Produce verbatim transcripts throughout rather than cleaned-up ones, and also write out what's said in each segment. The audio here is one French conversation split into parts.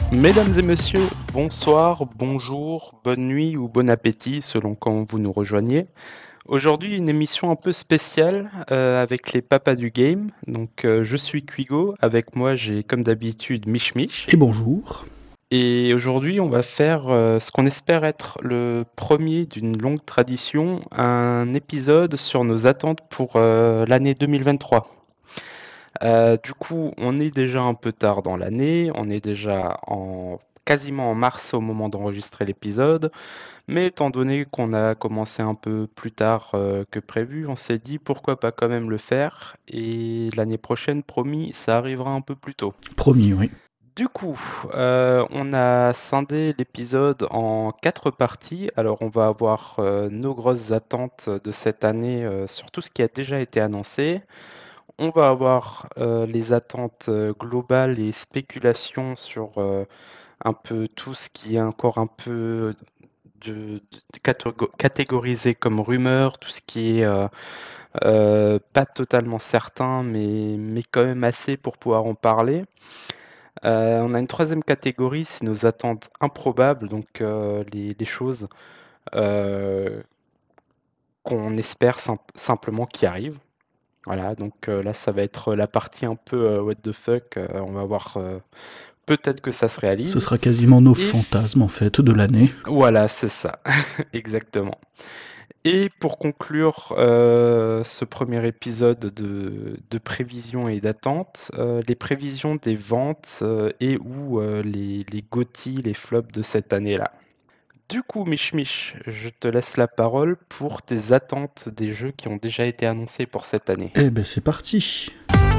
Mesdames et messieurs, bonsoir, bonjour, bonne nuit ou bon appétit selon quand vous nous rejoignez. Aujourd'hui, une émission un peu spéciale euh, avec les papas du game. Donc, euh, je suis Quigo. Avec moi, j'ai comme d'habitude Mich Mich. Et bonjour. Et aujourd'hui, on va faire euh, ce qu'on espère être le premier d'une longue tradition, un épisode sur nos attentes pour euh, l'année deux mille vingt-trois. Euh, du coup, on est déjà un peu tard dans l'année, on est déjà en quasiment en mars au moment d'enregistrer l'épisode, mais étant donné qu'on a commencé un peu plus tard euh, que prévu, on s'est dit pourquoi pas quand même le faire, et l'année prochaine, promis, ça arrivera un peu plus tôt. Promis, oui. Du coup, euh, on a scindé l'épisode en quatre parties. Alors, on va avoir euh, nos grosses attentes de cette année euh, sur tout ce qui a déjà été annoncé. On va avoir euh, les attentes euh, globales et spéculations sur euh, un peu tout ce qui est encore un peu de, de- catégo- catégorisé comme rumeur, tout ce qui est euh, euh, pas totalement certain, mais, mais quand même assez pour pouvoir en parler. Euh, on a une troisième catégorie, c'est nos attentes improbables, donc euh, les, les choses euh, qu'on espère sim- simplement qui arrivent. Voilà, donc euh, là, ça va être la partie un peu euh, what the fuck. Euh, on va voir, euh, peut-être que ça se Ce réalise. sera quasiment nos Et f- fantasmes, en fait, de l'année. voilà, c'est ça, exactement. Et pour conclure euh, ce premier épisode de, de prévision et d'attente, euh, les prévisions des ventes euh, et ou euh, les, les G O T Y, les flops de cette année-là. Du coup, Mich Mich, je te laisse la parole pour tes attentes des jeux qui ont déjà été annoncés pour cette année. Eh ben, c'est parti.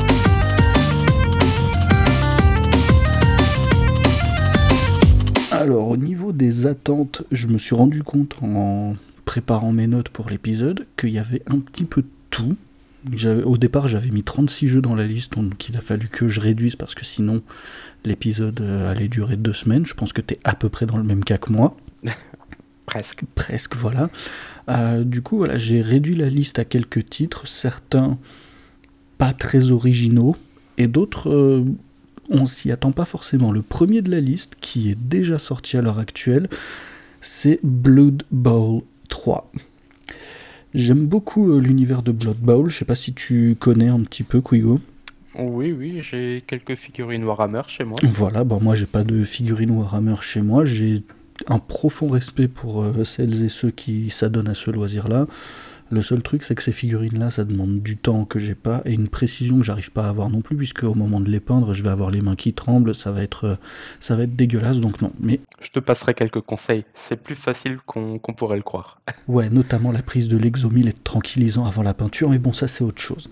Alors, au niveau des attentes, je me suis rendu compte en préparant mes notes pour l'épisode qu'il y avait un petit peu de tout. J'avais- Au départ, j'avais mis trente-six jeux dans la liste, donc il a fallu que je réduise parce que sinon l'épisode euh, allait durer deux semaines. Je pense que t'es à peu près dans le même cas que moi. Presque. Presque, voilà. Euh, du coup, voilà, j'ai réduit la liste à quelques titres, certains pas très originaux, et d'autres, euh, on s'y attend pas forcément. Le premier de la liste, qui est déjà sorti à l'heure actuelle, c'est Blood Bowl trois. J'aime beaucoup euh, l'univers de Blood Bowl, je sais pas si tu connais un petit peu Quigo. Oui, oui, j'ai quelques figurines Warhammer chez moi. Voilà, bon moi j'ai pas de figurine Warhammer chez moi, j'ai un profond respect pour euh, celles et ceux qui s'adonnent à ce loisir-là. Le seul truc, c'est que ces figurines-là, ça demande du temps que j'ai pas et une précision que j'arrive pas à avoir non plus, puisque au moment de les peindre, je vais avoir les mains qui tremblent, ça va être, euh, ça va être dégueulasse, donc non. Mais Je te passerai quelques conseils. C'est plus facile qu'on qu'on pourrait le croire. ouais, notamment la prise de l'exomil est tranquillisant avant la peinture, mais bon, ça c'est autre chose.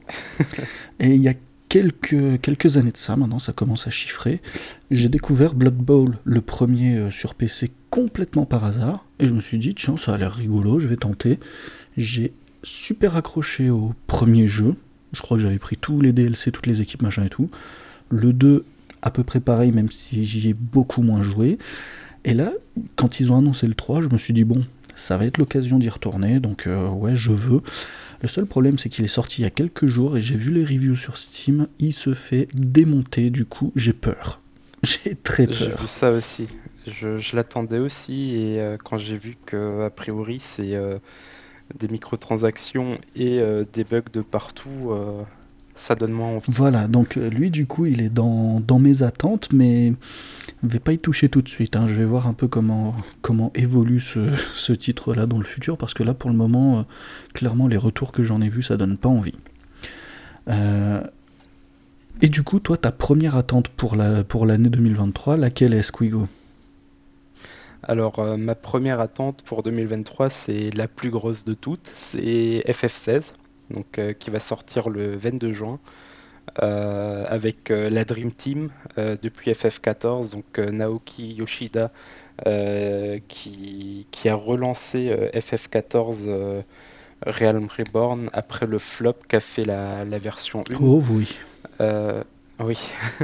Et il y a quelques, quelques années de ça, maintenant ça commence à chiffrer, j'ai découvert Blood Bowl, le premier euh, sur P C, complètement par hasard, et je me suis dit, tiens, ça a l'air rigolo, je vais tenter. J'ai super accroché au premier jeu. Je crois que j'avais pris tous les D L C, toutes les équipes, machin et tout. Le deux, à peu près pareil, même si j'y ai beaucoup moins joué. Et là, quand ils ont annoncé le trois, je me suis dit, bon, ça va être l'occasion d'y retourner, donc euh, ouais, je veux. Le seul problème, c'est qu'il est sorti il y a quelques jours et j'ai vu les reviews sur Steam. Il se fait démonter, du coup, j'ai peur. J'ai très J'ai vu peur. ça aussi. Je, je l'attendais aussi et euh, quand j'ai vu que a priori c'est euh, des microtransactions et euh, des bugs de partout, euh, ça donne moins envie. Voilà, donc euh, lui, du coup, il est dans, dans mes attentes, mais je vais pas y toucher tout de suite. Hein. Je vais voir un peu comment, comment évolue ce, ce titre-là dans le futur, parce que là, pour le moment, euh, clairement, les retours que j'en ai vus, ça donne pas envie. Euh, et du coup, toi, ta première attente pour, la, pour l'année deux mille vingt-trois, laquelle est, Squigo? Alors euh, ma première attente pour deux mille vingt-trois, c'est la plus grosse de toutes, c'est F F seize, donc euh, qui va sortir le vingt-deux juin. Euh, avec euh, la Dream Team euh, depuis F F quatorze, donc euh, Naoki Yoshida euh, qui, qui a relancé euh, F F quatorze euh, Realm Reborn après le flop qu'a fait la, la version un. Oh oui. Euh, oui,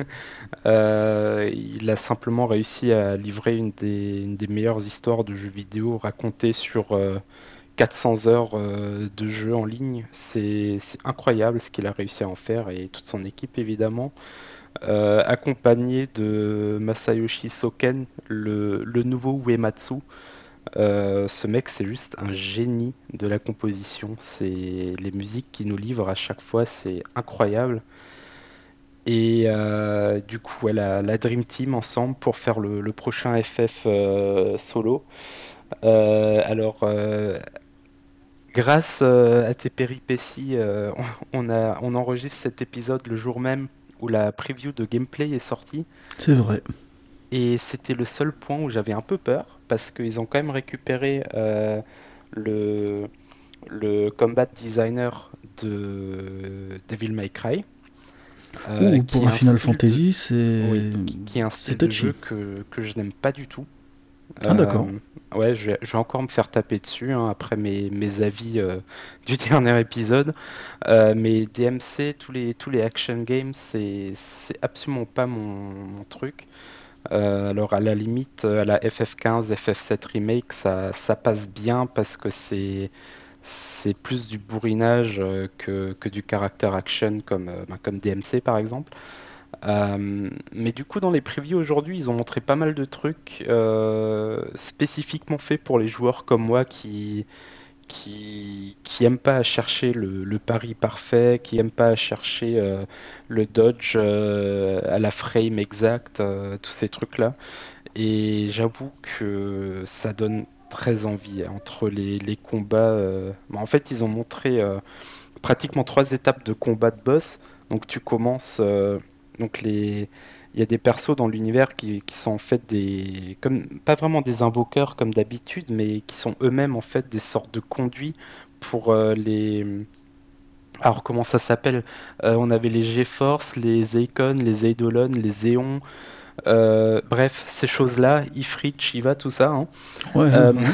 Euh, il a simplement réussi à livrer une des, une des meilleures histoires de jeux vidéo racontées sur euh, quatre cents heures euh, de jeu en ligne. C'est c'est incroyable ce qu'il a réussi à en faire et toute son équipe évidemment. euh, accompagné de Masayoshi Soken, le, le nouveau Uematsu. Euh, ce mec, c'est juste un génie de la composition. C'est les musiques qu'il nous livre à chaque fois, c'est incroyable. Et euh, du coup, ouais, la, la Dream Team ensemble pour faire le, le prochain F F euh, solo. Euh, alors, euh, grâce euh, à tes péripéties, euh, on, a, on enregistre cet épisode le jour même où la preview de gameplay est sortie. C'est vrai. Et c'était le seul point où j'avais un peu peur parce qu'ils ont quand même récupéré euh, le, le combat designer de Devil May Cry, euh, Ouh, qui pour est un un Final style de, Fantasy, oui, c'est. qui qui est un C'est style de touchy. jeu que, que je n'aime pas du tout. Ah, d'accord. Euh, ouais, je vais, je vais encore me faire taper dessus hein, après mes, mes avis euh, du dernier épisode. Euh, mais D M C, tous les, tous les action games, c'est, c'est absolument pas mon, mon truc. Euh, alors à la limite, euh, à la F F quinze, F F sept Remake, ça, ça passe bien parce que c'est c'est plus du bourrinage euh, que, que du character action comme, euh, ben, comme D M C par exemple. Euh, mais du coup, dans les previews aujourd'hui, ils ont montré pas mal de trucs euh, spécifiquement faits pour les joueurs comme moi qui, qui, qui aiment pas chercher le, le pari parfait, qui aiment pas chercher euh, le dodge euh, à la frame exacte, euh, tous ces trucs-là. Et j'avoue que ça donne très envie hein, entre les, les combats. euh, bah, En fait, ils ont montré euh, pratiquement trois étapes de combat de boss. Donc tu commences. euh, Donc les... Il y a des persos dans l'univers qui, qui sont en fait des. Comme... Pas vraiment des invoqueurs comme d'habitude, mais qui sont eux-mêmes en fait des sortes de conduits pour euh, les. Alors comment ça s'appelle? Euh, On avait les GeForce, les Zeikon, les Eidolon, les Xeon. Euh, bref, ces choses-là, Ifrit, Shiva, tout ça. hein. Ouais, Euh, ouais.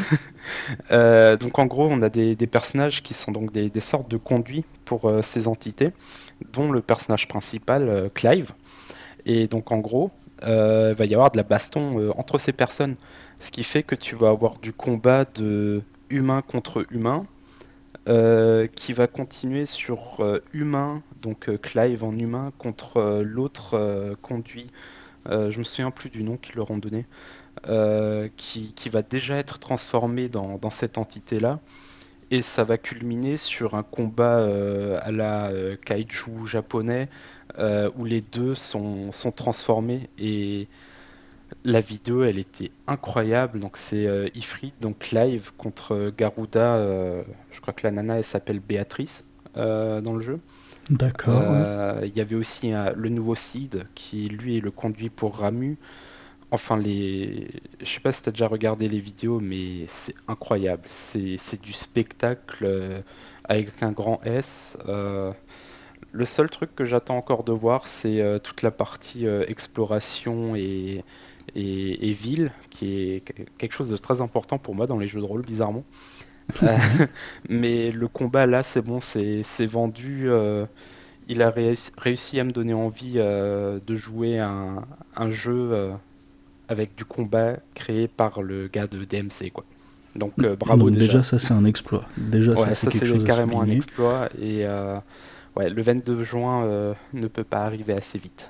euh, donc en gros, on a des, des personnages qui sont donc des, des sortes de conduits pour euh, ces entités, dont le personnage principal, euh, Clive. Et donc en gros, euh, il va y avoir de la baston euh, entre ces personnes, ce qui fait que tu vas avoir du combat de humain contre humain, euh, qui va continuer sur euh, humain, donc euh, Clive en humain contre euh, l'autre euh, conduit. Euh, je me souviens plus du nom qu'ils leur ont donné euh, qui, qui va déjà être transformé dans, dans cette entité-là. Et ça va culminer sur un combat euh, à la euh, kaiju japonais euh, où les deux sont, sont transformés. Et la vidéo, elle était incroyable. Donc c'est euh, Ifrit, donc live contre euh, Garuda. euh, je crois que la nana, elle s'appelle Béatrice euh, dans le jeu. D'accord, ouais. Euh, Il y avait aussi euh, le nouveau Seed qui lui est le conduit pour Ramu. Enfin, les... je sais pas si tu as déjà regardé les vidéos, mais c'est incroyable. C'est c'est du spectacle euh, avec un grand S. Euh, le seul truc que j'attends encore de voir, c'est euh, toute la partie euh, exploration et, et, et ville, qui est que- quelque chose de très important pour moi dans les jeux de rôle, bizarrement. Euh, mais le combat là, c'est bon, c'est c'est vendu. euh, il a réussi, réussi à me donner envie euh, de jouer un, un jeu. euh, avec du combat créé par le gars de D M C, quoi. Donc euh, bravo Donc déjà, déjà. ça, c'est un exploit. Déjà, ça, Ouais, c'est ça quelque c'est chose à carrément un souligner. exploit et euh, ouais, le vingt-deux juin euh, ne peut pas arriver assez vite.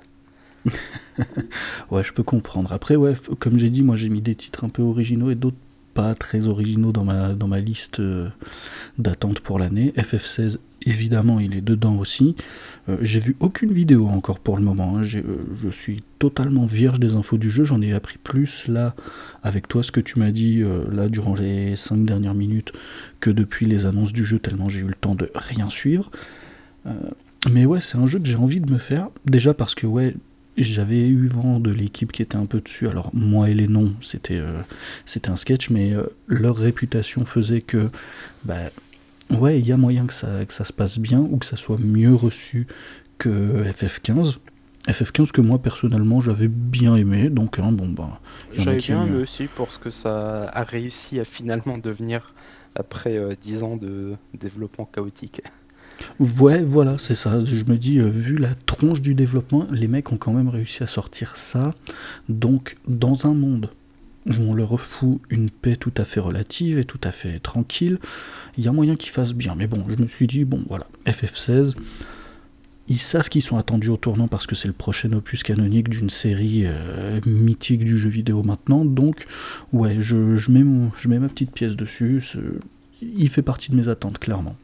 Ouais, je peux comprendre. Après, ouais, f- comme j'ai dit, moi, j'ai mis des titres un peu originaux et d'autres pas très originaux dans ma, dans ma liste euh, d'attente pour l'année. F F seize, évidemment, il est dedans aussi. Euh, j'ai vu aucune vidéo encore pour le moment. hein. J'ai, euh, je suis totalement vierge des infos du jeu. J'en ai appris plus là avec toi, ce que tu m'as dit euh, là durant les cinq dernières minutes, que depuis les annonces du jeu, tellement j'ai eu le temps de rien suivre. Euh, mais ouais, c'est un jeu que j'ai envie de me faire. Déjà parce que ouais, j'avais eu vent de l'équipe qui était un peu dessus. Alors moi et les noms, c'était euh, c'était un sketch, mais euh, leur réputation faisait que bah ouais, il y a moyen que ça, que ça se passe bien ou que ça soit mieux reçu que F F quinze. F F quinze que moi personnellement j'avais bien aimé, donc hein, bon bah il y en a J'avais qui bien aiment aimé mieux. aussi pour ce que ça a réussi à finalement devenir après euh, dix ans de développement chaotique. Ouais, voilà, c'est ça. Je me dis, euh, vu la tronche du développement, les mecs ont quand même réussi à sortir ça. Donc, dans un monde où on leur fout une paix tout à fait relative et tout à fait tranquille, il y a moyen qu'ils fassent bien. Mais bon, je me suis dit, bon, voilà, F F seize, ils savent qu'ils sont attendus au tournant parce que c'est le prochain opus canonique d'une série euh, mythique du jeu vidéo maintenant. Donc, ouais, je, je, mets, mon, je mets ma petite pièce dessus. Il fait partie de mes attentes, clairement.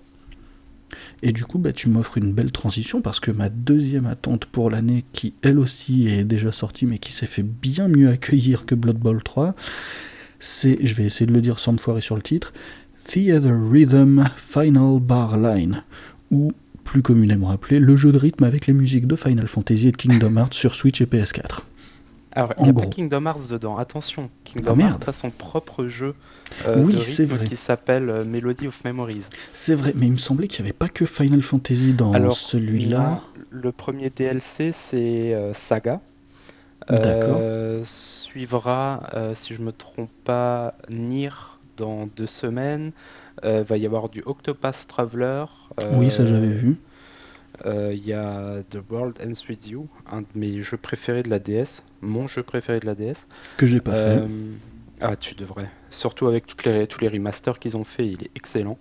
Et du coup, bah, tu m'offres une belle transition parce que ma deuxième attente pour l'année, qui elle aussi est déjà sortie mais qui s'est fait bien mieux accueillir que Blood Bowl trois, c'est, je vais essayer de le dire sans me foirer sur le titre, Theater Rhythm Final Bar Line, ou plus communément appelé le jeu de rythme avec les musiques de Final Fantasy et de Kingdom Hearts sur Switch et P S quatre. Alors, il En n'y a pas gros. Kingdom Hearts dedans, attention, Ah Kingdom Hearts merde. a son propre jeu euh, Oui, de c'est rythme vrai. qui s'appelle euh, Melody of Memories. C'est vrai, mais il me semblait qu'il n'y avait pas que Final Fantasy dans Alors, celui-là. non, le premier D L C, c'est euh, Saga. D'accord. Euh, suivra, euh, si je me trompe pas, Nier dans deux semaines. Euh, va y avoir du Octopath Traveler. Oui, ça j'avais Euh, vu. euh, Il y a The World Ends With You, un de mes jeux préférés de la D S, mon jeu préféré de la D S. Que j'ai pas fait. Euh, ah, tu devrais. Surtout avec toutes les, tous les remasters qu'ils ont fait, il est excellent.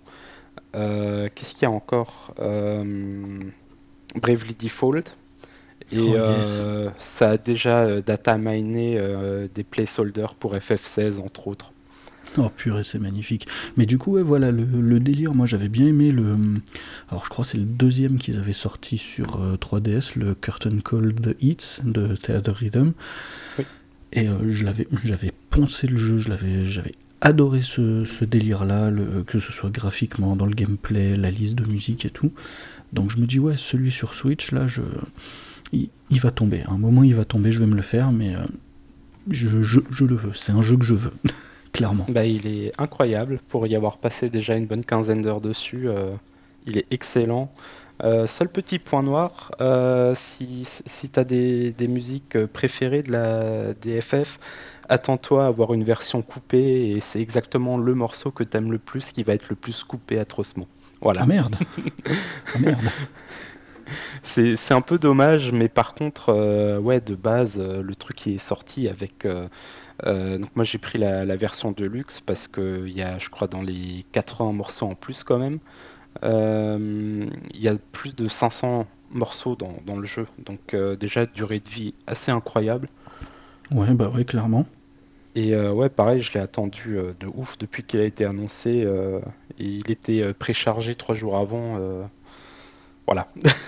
Euh, Qu'est-ce qu'il y a encore? Euh, Bravely Default. Et Oh yes. euh, ça a déjà euh, data miné euh, des placeholders pour F F seize, entre autres. Oh purée, c'est magnifique. Mais du coup, ouais, voilà, le, le délire, moi j'avais bien aimé le... Alors je crois que c'est le deuxième qu'ils avaient sorti sur euh, trois D S, le Curtain Call The Hits de Theater Rhythm. Oui. Et euh, je l'avais, j'avais poncé le jeu, je l'avais, j'avais adoré ce, ce délire-là, le, que ce soit graphiquement, dans le gameplay, la liste de musique et tout. Donc je me dis, ouais, celui sur Switch, là, je... il, il va tomber. À un moment, il va tomber, je vais me le faire, mais euh, je, je, je le veux. C'est un jeu que je veux, clairement. Bah, il est incroyable pour y avoir passé déjà une bonne quinzaine d'heures dessus. Euh, il est excellent. Euh, seul petit point noir, euh, si, si tu as des, des musiques euh, préférées de la D F F, attends-toi à avoir une version coupée et c'est exactement le morceau que tu aimes le plus qui va être le plus coupé atrocement. Ah Voilà. merde. Ah merde. C'est, c'est un peu dommage, mais par contre, euh, ouais, de base, euh, le truc qui est sorti avec. Euh, euh, donc moi j'ai pris la, la version de luxe parce qu'il y a, je crois, dans les quatre-vingts morceaux en plus quand même. Euh, Il y a plus de cinq cents morceaux dans, dans le jeu, donc euh, déjà durée de vie assez incroyable. Ouais, bah ouais, clairement. Et euh, ouais, pareil, je l'ai attendu euh, de ouf depuis qu'il a été annoncé. Euh, et il était euh, préchargé trois jours avant. Euh, voilà,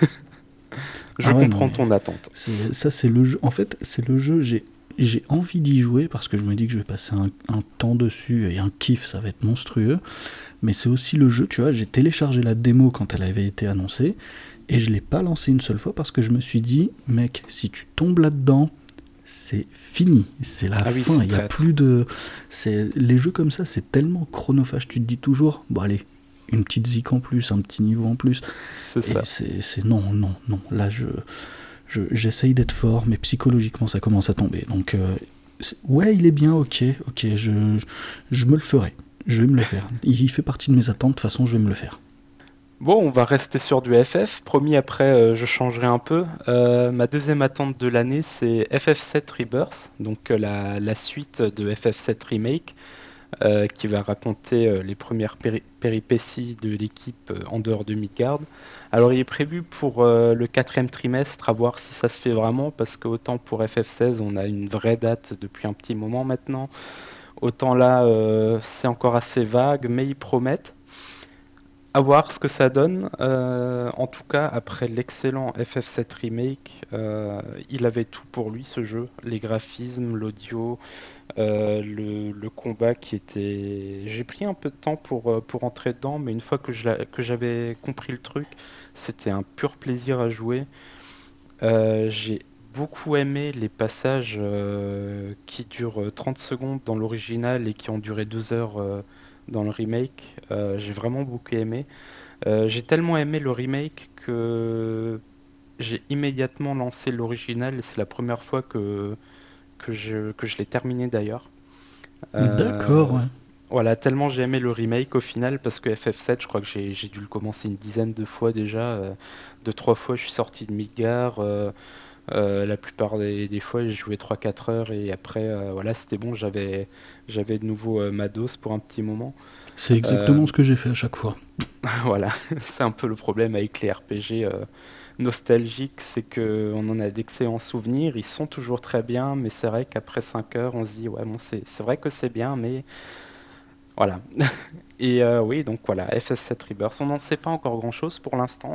je Ah ouais, non comprends mais ton attente. c'est, ça c'est le jeu. En fait, c'est le jeu. J'ai j'ai envie d'y jouer parce que je me dis que je vais passer un, un temps dessus et un kiff, ça va être monstrueux. Mais c'est aussi le jeu, tu vois. J'ai téléchargé la démo quand elle avait été annoncée et je l'ai pas lancé une seule fois parce que je me suis dit, mec, si tu tombes là-dedans, c'est fini, c'est la Ah oui, fin. c'est Il y a traître. plus de, c'est les jeux comme ça, c'est tellement chronophage. Tu te dis toujours, bon allez, une petite zik en plus, un petit niveau en plus. C'est Et ça. c'est, c'est non, non, non. Là, je, je j'essaye d'être fort, mais psychologiquement, ça commence à tomber. Donc, euh, ouais, il est bien, ok, ok, je, je, je me le ferai. Je vais me le faire. Il fait partie de mes attentes, de toute façon, je vais me le faire. Bon, on va rester sur du F F. Promis, après, euh, je changerai un peu. Euh, ma deuxième attente de l'année, c'est F F sept Rebirth, donc euh, la, la suite de F F sept Remake, euh, qui va raconter euh, les premières péri- péripéties de l'équipe euh, en dehors de Midgard. Alors, il est prévu pour euh, le quatrième trimestre, à voir si ça se fait vraiment, parce que autant pour F F seize, on a une vraie date depuis un petit moment maintenant, autant là, euh, c'est encore assez vague, mais ils promettent. À voir ce que ça donne. Euh, en tout cas, après l'excellent F F sept Remake, euh, il avait tout pour lui ce jeu. Les graphismes, l'audio, euh, le, le combat qui était... J'ai pris un peu de temps pour, euh, pour entrer dedans, mais une fois que je l'a- que j'avais compris le truc, c'était un pur plaisir à jouer. Euh, j'ai beaucoup aimé les passages euh, qui durent trente secondes dans l'original et qui ont duré deux heures euh, dans le remake. Euh, j'ai vraiment beaucoup aimé. Euh, j'ai tellement aimé le remake que j'ai immédiatement lancé l'original et c'est la première fois que, que je, que je l'ai terminé d'ailleurs. D'accord, Euh, ouais. voilà, tellement j'ai aimé le remake au final parce que F F sept, je crois que j'ai j'ai dû le commencer une dizaine de fois déjà. Euh, deux, trois fois, je suis sorti de Midgar. Euh, Euh, la plupart des, des fois, j'ai joué trois quatre heures et après, euh, voilà, c'était bon, j'avais, j'avais de nouveau euh, ma dose pour un petit moment. C'est Euh, exactement ce que j'ai fait à chaque fois. voilà, c'est un peu le problème avec les R P G euh, nostalgiques, c'est que on en a d'excellents souvenirs, ils sont toujours très bien, mais c'est vrai qu'après cinq heures, on se dit, ouais, bon, c'est, c'est vrai que c'est bien, mais voilà. Et euh, oui, donc voilà, F F sept Rebirth, on n'en sait pas encore grand-chose pour l'instant.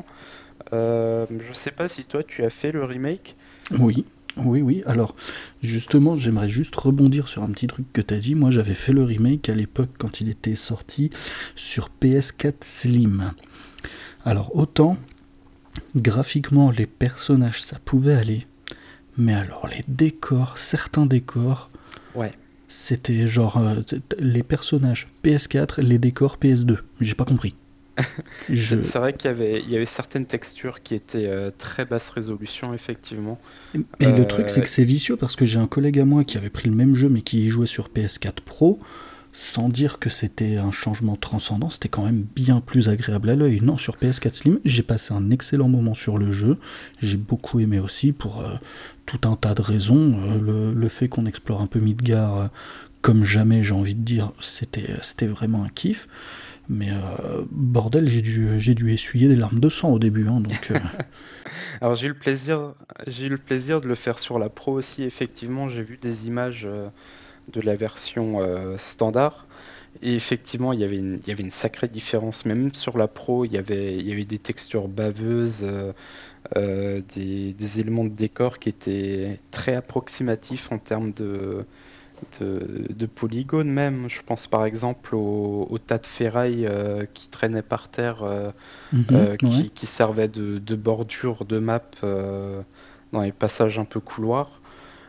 Euh, je sais pas si toi tu as fait le remake. Oui, oui, oui. Alors, justement, j'aimerais juste rebondir sur un petit truc que t'as dit. Moi, j'avais fait le remake à l'époque quand il était sorti sur P S quatre Slim. Alors, autant, graphiquement, les personnages, ça pouvait aller. Mais alors, les décors, certains décors, Ouais. c'était genre euh, les personnages P S quatre, les décors P S deux. J'ai pas compris. Je... C'est c'est vrai qu'il y avait, il y avait certaines textures qui étaient euh, très basse résolution, effectivement. Et le truc, c'est Euh, que c'est vicieux parce que j'ai un collègue à moi qui avait pris le même jeu mais qui y jouait sur P S quatre Pro. Sans dire que c'était un changement transcendant, c'était quand même bien plus agréable à l'œil. Non, sur P S quatre Slim, j'ai passé un excellent moment sur le jeu. J'ai beaucoup aimé aussi pour euh, tout un tas de raisons. Euh, le, le fait qu'on explore un peu Midgar euh, comme jamais, j'ai envie de dire, c'était, c'était vraiment un kiff. Mais euh, bordel, j'ai dû, j'ai dû essuyer des larmes de sang au début. Hein, donc, euh, Alors j'ai eu le plaisir, j'ai eu le plaisir de le faire sur la Pro aussi. Effectivement, j'ai vu des images euh, de la version euh, standard. Et effectivement, il y avait une, il y avait une sacrée différence. Même sur la Pro, il y avait, il y avait des textures baveuses, euh, euh, des, des éléments de décor qui étaient très approximatifs en termes de, de, de polygones même. Je pense par exemple au, au tas de ferraille euh, qui traînait par terre, euh, mhm, euh, ouais. qui, qui servait de, de bordure de map euh, dans les passages un peu couloirs.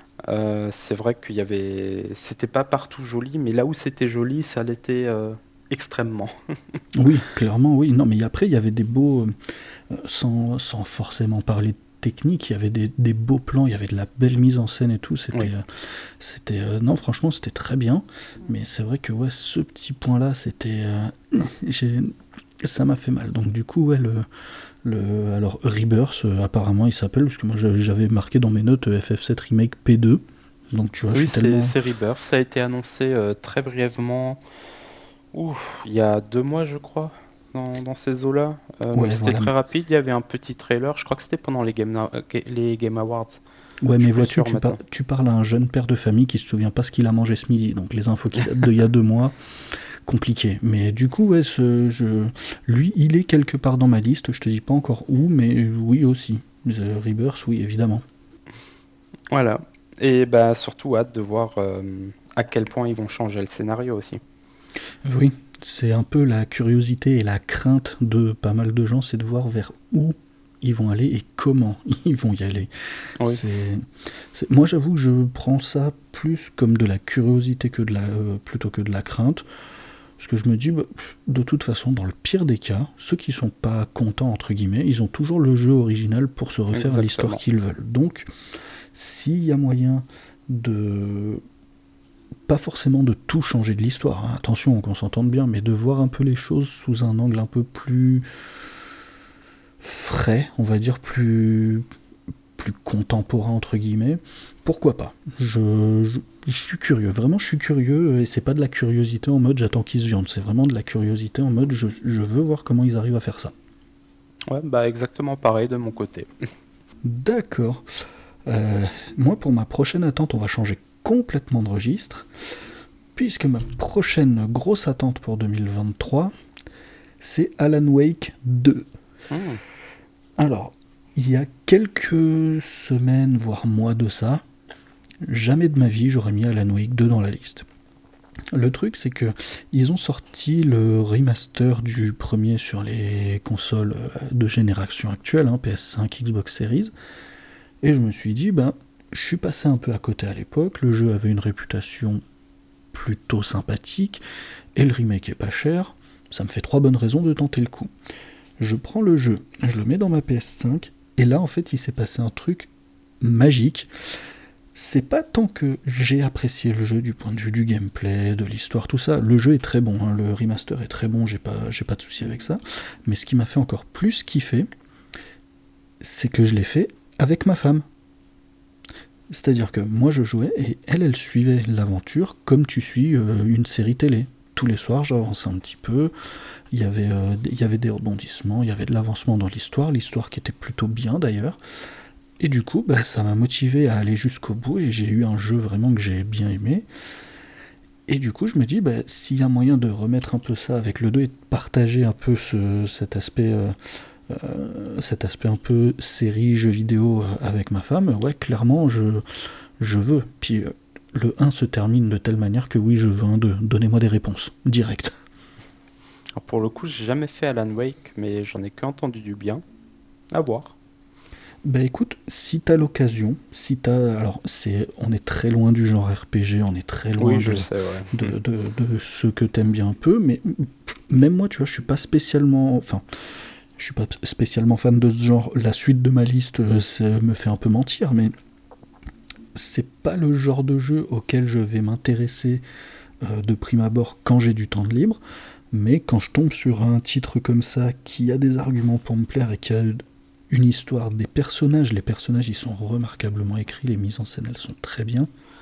Euh, c'est vrai qu'il y avait, c'était pas partout joli, mais là où c'était joli, ça l'était euh, extrêmement. Oui, clairement, oui. Non, mais après, il y avait des beaux, euh, sans, sans forcément parler de technique, il y avait des, des beaux plans, il y avait de la belle mise en scène et tout. C'était, Oui. euh, c'était, euh, non, franchement, c'était très bien. Mais c'est vrai que ouais, ce petit point-là, c'était, euh, j'ai- ça m'a fait mal. Donc du coup, ouais, le, le, alors Rebirth, euh, apparemment, il s'appelle parce que moi, j'avais j'avais marqué dans mes notes euh, F F sept remake P deux. Donc tu vois, je Oui, suis c'est tellement, c'est Rebirth. Ça a été annoncé euh, très brièvement. Ouf, il y a deux mois, je crois, dans, dans ces eaux-là. Euh, mais ouais, c'était voilà. très rapide. Il y avait un petit trailer. Je crois que c'était pendant les Game, Na- euh, les Game Awards. Ouais, Je mais suis plus vois-tu, sûr tu, par- maintenant. tu parles à un jeune père de famille qui se souvient pas ce qu'il a mangé ce midi. Donc les infos qui datent d'il y a deux mois, compliqué. Mais du coup, ouais, ce, je, lui, il est quelque part dans ma liste. Je te dis pas encore où, mais oui aussi. The Rebirth, oui, évidemment. Voilà. Et bah surtout hâte de voir euh, à quel point ils vont changer le scénario aussi. Oui, c'est un peu la curiosité et la crainte de pas mal de gens, c'est de voir vers où ils vont aller et comment ils vont y aller. Oui, C'est, c'est- moi, j'avoue que je prends ça plus comme de la curiosité que de la, euh, plutôt que de la crainte. Parce que je me dis, bah, de toute façon, dans le pire des cas, ceux qui sont pas contents, entre guillemets, ils ont toujours le jeu original pour se refaire à l'histoire exactement. qu'ils veulent. Donc, s'il y a moyen de... Pas forcément de tout changer de l'histoire, hein, attention qu'on s'entende bien, mais de voir un peu les choses sous un angle un peu plus frais, on va dire plus, plus contemporain entre guillemets, pourquoi pas. Je, je, je suis curieux, vraiment je suis curieux, et c'est pas de la curiosité en mode j'attends qu'ils se viandent, c'est vraiment de la curiosité en mode je, je veux voir comment ils arrivent à faire ça. Ouais, bah exactement pareil de mon côté. D'accord. Euh, moi pour ma prochaine attente, on va changer complètement de registre, puisque ma prochaine grosse attente pour deux mille vingt-trois, c'est Alan Wake deux. Hmm. Alors, il y a quelques semaines, voire mois de ça, jamais de ma vie j'aurais mis Alan Wake deux dans la liste. Le truc, c'est que ils ont sorti le remaster du premier sur les consoles de génération actuelle, hein, P S cinq, Xbox Series, et je me suis dit, ben, je suis passé un peu à côté à l'époque, le jeu avait une réputation plutôt sympathique, et le remake est pas cher, ça me fait trois bonnes raisons de tenter le coup. Je prends le jeu, je le mets dans ma P S cinq, et là, en fait, il s'est passé un truc magique. C'est pas tant que j'ai apprécié le jeu du point de vue du gameplay, de l'histoire, tout ça. Le jeu est très bon, hein, le remaster est très bon, j'ai pas, j'ai pas de souci avec ça. Mais ce qui m'a fait encore plus kiffer, c'est que je l'ai fait avec ma femme. C'est-à-dire que moi je jouais et elle, elle suivait l'aventure comme tu suis euh, une série télé. Tous les soirs, j'avançais un petit peu. Il y avait, euh, il y avait des rebondissements, il y avait de l'avancement dans l'histoire, l'histoire qui était plutôt bien d'ailleurs. Et du coup, bah, ça m'a motivé à aller jusqu'au bout et j'ai eu un jeu vraiment que j'ai bien aimé. Et du coup, je me dis, bah, s'il y a moyen de remettre un peu ça avec le deux et de partager un peu ce, cet aspect, euh, euh, cet aspect un peu série, jeu vidéo euh, avec ma femme, ouais, clairement, je, je veux. Puis euh, le un se termine de telle manière que oui, je veux un deux. Donnez-moi des réponses, direct. Alors pour le coup, j'ai jamais fait Alan Wake, mais j'en ai que entendu du bien. À voir. Bah écoute, si t'as l'occasion, si t'as... Alors, c'est, on est très loin du genre R P G, on est très loin Oui, je de, sais, ouais. de, de, de ce que t'aimes bien un peu, mais même moi, tu vois, je suis pas spécialement... Enfin, je suis pas spécialement fan de ce genre. La suite de ma liste euh, ça me fait un peu mentir, mais c'est pas le genre de jeu auquel je vais m'intéresser euh, de prime abord quand j'ai du temps de libre, mais quand je tombe sur un titre comme ça qui a des arguments pour me plaire et qui a une histoire, des personnages, les personnages ils sont remarquablement écrits, les mises en scène elles sont très bien.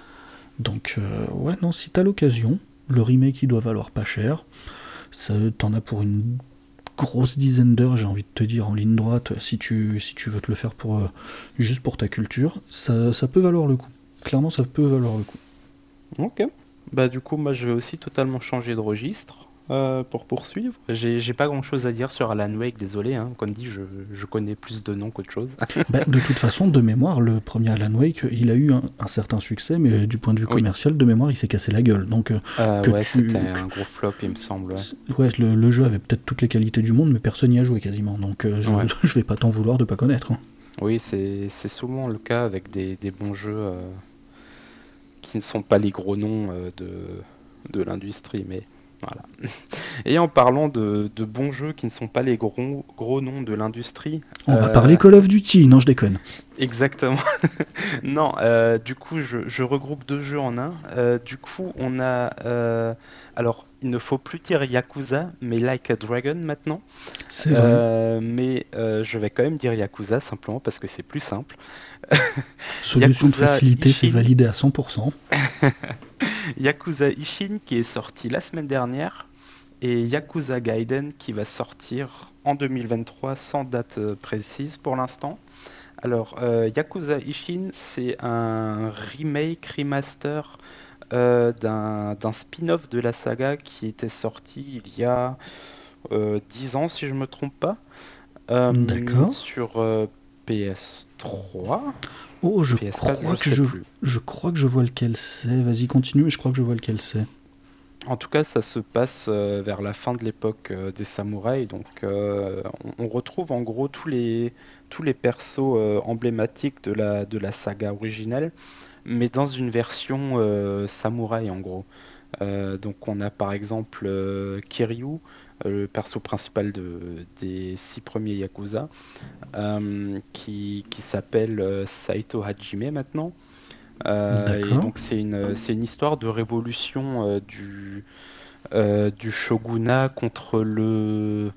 Donc euh, ouais non, si t'as l'occasion, le remake il doit valoir pas cher, ça, t'en as pour une grosse dizaine d'heures, j'ai envie de te dire, en ligne droite, si tu, si tu veux te le faire pour, euh, juste pour ta culture, ça, ça peut valoir le coup. Clairement, ça peut valoir le coup. Ok. Bah du coup, moi je vais aussi totalement changer de registre euh, pour poursuivre. J'ai j'ai pas grand-chose à dire sur Alan Wake, désolé, hein. Comme dit, je, je connais plus de noms qu'autre chose. Bah, de toute façon, de mémoire, le premier Alan Wake, il a eu un, un certain succès, mais du point de vue Oui. commercial, de mémoire, il s'est cassé la gueule. Donc euh, Euh, que ouais, c'était tu... un gros flop, il me semble. Ouais. Ouais, le, le jeu avait peut-être toutes les qualités du monde, mais personne n'y a joué quasiment. Donc euh, je, Ouais. je vais pas t'en vouloir de pas connaître, hein. Oui, c'est c'est souvent le cas avec des, des bons jeux euh, qui ne sont pas les gros noms euh, de, de l'industrie, mais voilà. Et en parlant de, de bons jeux qui ne sont pas les gros, gros noms de l'industrie, On va euh, parler Call of Duty, non je déconne. exactement. Non, euh, du coup, je, je regroupe deux jeux en un. Euh, du coup, on a... euh, alors, il ne faut plus dire Yakuza, mais Like a Dragon maintenant. C'est vrai. Euh, mais euh, je vais quand même dire Yakuza, simplement parce que c'est plus simple. Solution de Yakuza facilité, c'est Ishin, validé à cent pour cent. Yakuza Ishin qui est sorti la semaine dernière, et Yakuza Gaiden qui va sortir en deux mille vingt-trois sans date euh, précise pour l'instant. Alors, euh, Yakuza Ishin, c'est un remake, remaster euh, d'un d'un spin-off de la saga qui était sorti il y a euh, dix ans, si je me trompe pas, euh, D'accord. sur euh, P S trois, Oh, je P S quatre, je crois que sais je, plus. je crois que je vois lequel c'est. Vas-y, continue, mais je crois que je vois lequel c'est. En tout cas, ça se passe euh, vers la fin de l'époque euh, des samouraïs. Donc, euh, on, on retrouve en gros tous les, tous les persos euh, emblématiques de la, de la saga originelle, mais dans une version euh, samouraï en gros. Euh, donc, on a par exemple euh, Kiryu, euh, le perso principal de, des six premiers Yakuza, euh, qui, qui s'appelle euh, Saito Hajime maintenant. Euh, et D'accord. donc, c'est une, c'est une histoire de révolution euh, du euh, du shogunat contre le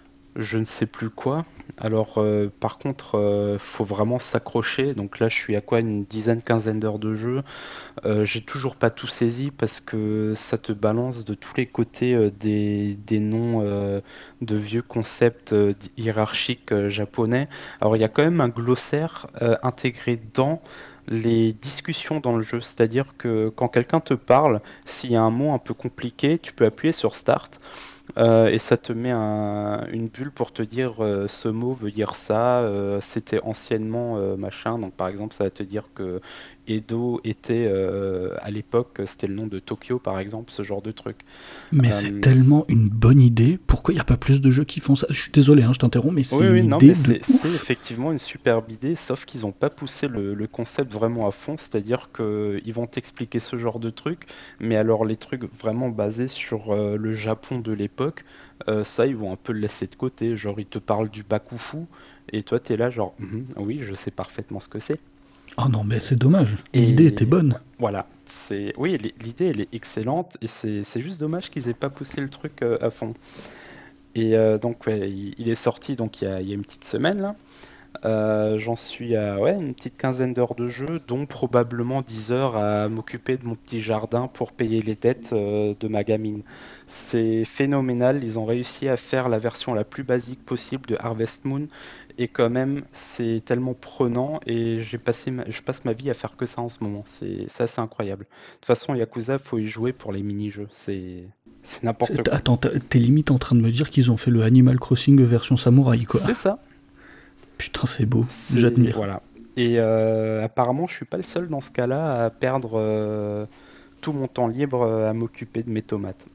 je ne sais plus quoi. Alors euh, par contre, euh, faut vraiment s'accrocher. Donc là, je suis à quoi une dizaine, quinzaine d'heures de jeu. Euh, j'ai toujours pas tout saisi parce que ça te balance de tous les côtés euh, des, des noms euh, de vieux concepts euh, hiérarchiques euh, japonais. Alors il y a quand même un glossaire euh, intégré dans les discussions dans le jeu, c'est-à-dire que quand quelqu'un te parle, s'il y a un mot un peu compliqué, tu peux appuyer sur Start euh, et ça te met un- une bulle pour te dire euh, ce mot veut dire ça, euh, c'était anciennement euh, machin. Donc par exemple, ça va te dire que Edo était euh, à l'époque, c'était le nom de Tokyo par exemple, ce genre de truc. Mais c'est Euh, c- tellement une bonne idée. Pourquoi il n'y a pas plus de jeux qui font ça? Je suis désolé, hein, je t'interromps, mais c'est oui, une oui, non, mais idée de c'est c'est ouf. effectivement une superbe idée, sauf qu'ils n'ont pas poussé le, le concept vraiment à fond, c'est-à-dire qu'ils vont t'expliquer ce genre de trucs, mais alors les trucs vraiment basés sur euh, le Japon de l'époque, euh, ça, ils vont un peu le laisser de côté, genre ils te parlent du bakufu, et toi, t'es là genre, Mhm, oui, je sais parfaitement ce que c'est. Oh non, mais c'est dommage. L'idée était Et bonne. voilà, c'est, oui, l- l'idée, elle est excellente, et c'est c'est juste dommage qu'ils aient pas poussé le truc euh, à fond. Et euh, donc, ouais, il, il est sorti donc il y a, il y a une petite semaine là. Euh, j'en suis à ouais, une petite quinzaine d'heures de jeu, dont probablement dix heures à m'occuper de mon petit jardin pour payer les dettes euh, de ma gamine. C'est phénoménal, ils ont réussi à faire la version la plus basique possible de Harvest Moon, et quand même c'est tellement prenant, et j'ai passé ma- je passe ma vie à faire que ça en ce moment. C'est c'est assez incroyable. De toute façon, Yakuza, faut y jouer pour les mini-jeux, c'est c'est n'importe C'est- quoi. Attends, t'as- t'es limite en train de me dire qu'ils ont fait le Animal Crossing version samouraï, quoi. C'est ça. Putain, c'est beau, C'est j'admire. voilà. Et euh, apparemment, je suis pas le seul dans ce cas-là à perdre euh, tout mon temps libre euh, à m'occuper de mes tomates.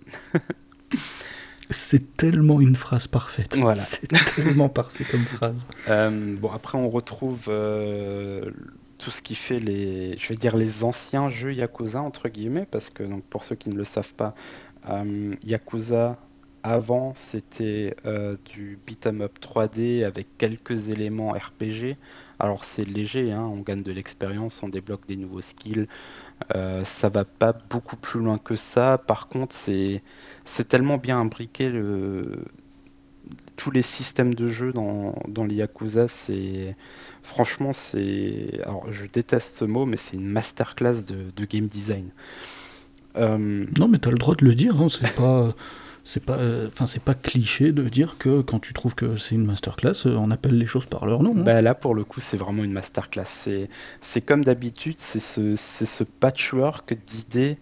C'est tellement une phrase parfaite. Voilà. C'est tellement parfait comme phrase. Euh, bon, après, on retrouve euh, tout ce qui fait les, je vais dire les anciens jeux Yakuza entre guillemets, parce que donc pour ceux qui ne le savent pas, euh, Yakuza avant c'était euh, du beat'em up trois D avec quelques éléments R P G. Alors c'est léger, hein, on gagne de l'expérience, on débloque des nouveaux skills. Euh, ça va pas beaucoup plus loin que ça. Par contre, c'est c'est tellement bien imbriqué le tous les systèmes de jeu dans, dans les Yakuza, c'est franchement c'est alors je déteste ce mot, mais c'est une masterclass de, de game design. Euh, Non, mais t'as le droit de le dire, hein, c'est pas. C'est pas, euh, enfin, c'est pas cliché de dire que quand tu trouves que c'est une masterclass, euh, on appelle les choses par leur nom, hein. Bah là pour le coup c'est vraiment une masterclass. C'est c'est comme d'habitude, c'est ce c'est ce patchwork d'idées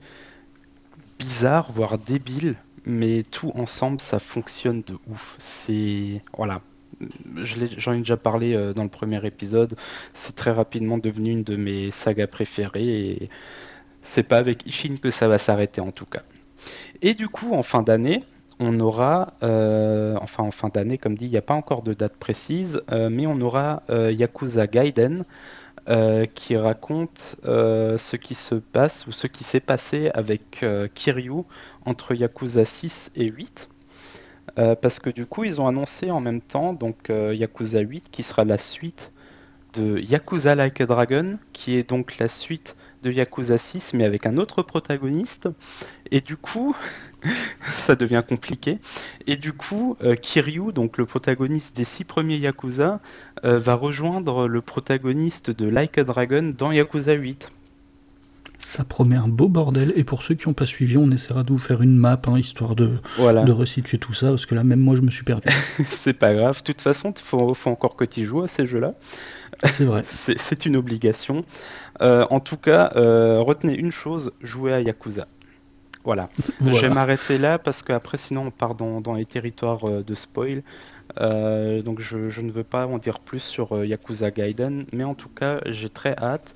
bizarres voire débiles, mais tout ensemble ça fonctionne de ouf. C'est voilà. Je l'ai- J'en ai déjà parlé euh, dans le premier épisode. C'est très rapidement devenu une de mes sagas préférées et c'est pas avec Ishin que ça va s'arrêter en tout cas. Et du coup, en fin d'année, on aura, euh, enfin en fin d'année, comme dit, il n'y a pas encore de date précise, euh, mais on aura euh, Yakuza Gaiden euh, qui raconte euh, ce qui se passe ou ce qui s'est passé avec euh, Kiryu entre Yakuza six et huit. Euh, parce que du coup, ils ont annoncé en même temps donc euh, Yakuza huit qui sera la suite de Yakuza Like a Dragon, qui est donc la suite de Yakuza six, mais avec un autre protagoniste. Et du coup, ça devient compliqué. Et du coup, euh, Kiryu, donc le protagoniste des six premiers Yakuza, euh, va rejoindre le protagoniste de Like a Dragon dans Yakuza huit. Ça promet un beau bordel, et pour ceux qui n'ont pas suivi, on essaiera de vous faire une map, hein, histoire de, de Voilà, resituer tout ça, parce que là, même moi, je me suis perdu. c'est pas grave. De toute façon, il faut, faut encore que tu joues à ces jeux-là. C'est vrai. C'est c'est une obligation. Euh, en tout cas, euh, retenez une chose, jouez à Yakuza. Voilà. Je vais Voilà. m'arrêter là parce qu'après, sinon, on part dans, dans les territoires euh, de spoil. Euh, donc, je, je ne veux pas en dire plus sur euh, Yakuza Gaiden, mais en tout cas, j'ai très hâte.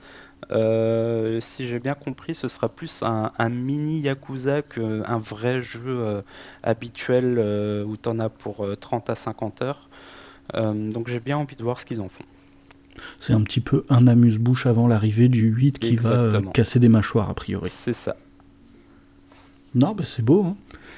Euh, si j'ai bien compris, ce sera plus un, un mini Yakuza qu'un vrai jeu euh, habituel euh, où tu en as pour euh, trente à cinquante heures. Euh, donc, j'ai bien envie de voir ce qu'ils en font. C'est un petit peu un amuse-bouche avant l'arrivée du huit qui va euh, Exactement. casser des mâchoires, a priori. C'est ça. Non, bah c'est beau, hein.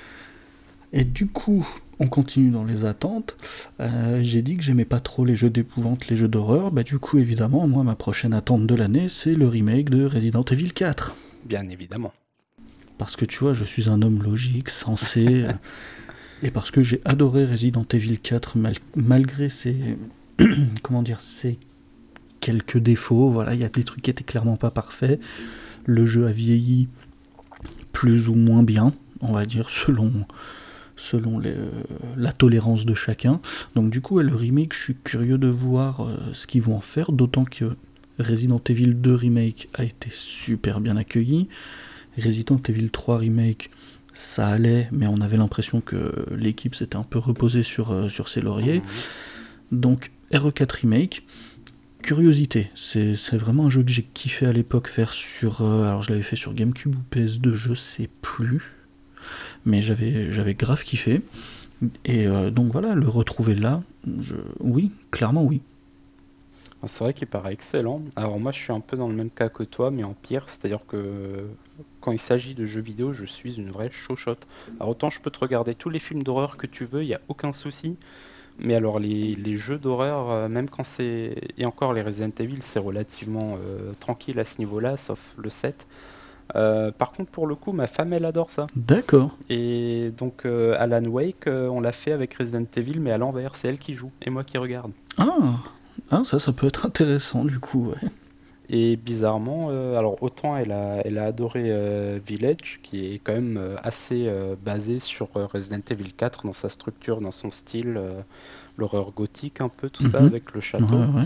Et du coup, on continue dans les attentes. Euh, j'ai dit que j'aimais pas trop les jeux d'épouvante, les jeux d'horreur. Bah du coup, évidemment, moi, ma prochaine attente de l'année, c'est le remake de Resident Evil quatre. Bien évidemment. Parce que tu vois, je suis un homme logique, sensé, euh, et parce que j'ai adoré Resident Evil quatre mal- malgré ses, comment dire, ses quelques défauts. Voilà, il y a des trucs qui étaient clairement pas parfaits. Le jeu a vieilli plus ou moins bien, on va dire, selon selon les, euh, la tolérance de chacun. Donc du coup, ouais, le remake, je suis curieux de voir euh, ce qu'ils vont en faire, d'autant que Resident Evil deux Remake a été super bien accueilli. Resident Evil trois Remake, ça allait, mais on avait l'impression que l'équipe s'était un peu reposée sur, euh, sur ses lauriers. Mhm. Donc R E quatre Remake, curiosité, c'est, c'est vraiment un jeu que j'ai kiffé à l'époque faire sur... Euh, alors je l'avais fait sur GameCube ou P S deux, je sais plus, mais j'avais, j'avais grave kiffé. Et euh, donc voilà, le retrouver là, je... oui, clairement oui. Ah, c'est vrai qu'il paraît excellent. Alors moi, je suis un peu dans le même cas que toi, mais en pire, c'est-à-dire que quand il s'agit de jeux vidéo, je suis une vraie chochotte. Alors autant je peux te regarder tous les films d'horreur que tu veux, il n'y a aucun souci. Mais alors les, les jeux d'horreur, euh, même quand c'est... Et encore les Resident Evil, c'est relativement euh, tranquille à ce niveau-là, sauf le sept. Euh, par contre, pour le coup, ma femme, elle adore ça. D'accord. Et donc euh, Alan Wake, euh, on l'a fait avec Resident Evil, mais à l'envers, c'est elle qui joue et moi qui regarde. Ah, Ah, ça, ça peut être intéressant du coup, ouais. Et bizarrement, euh, alors autant elle a, elle a adoré euh, Village, qui est quand même euh, assez euh, basé sur euh, Resident Evil quatre dans sa structure, dans son style, euh, l'horreur gothique un peu, tout ça Mhm. avec le Ouais, château. ouais.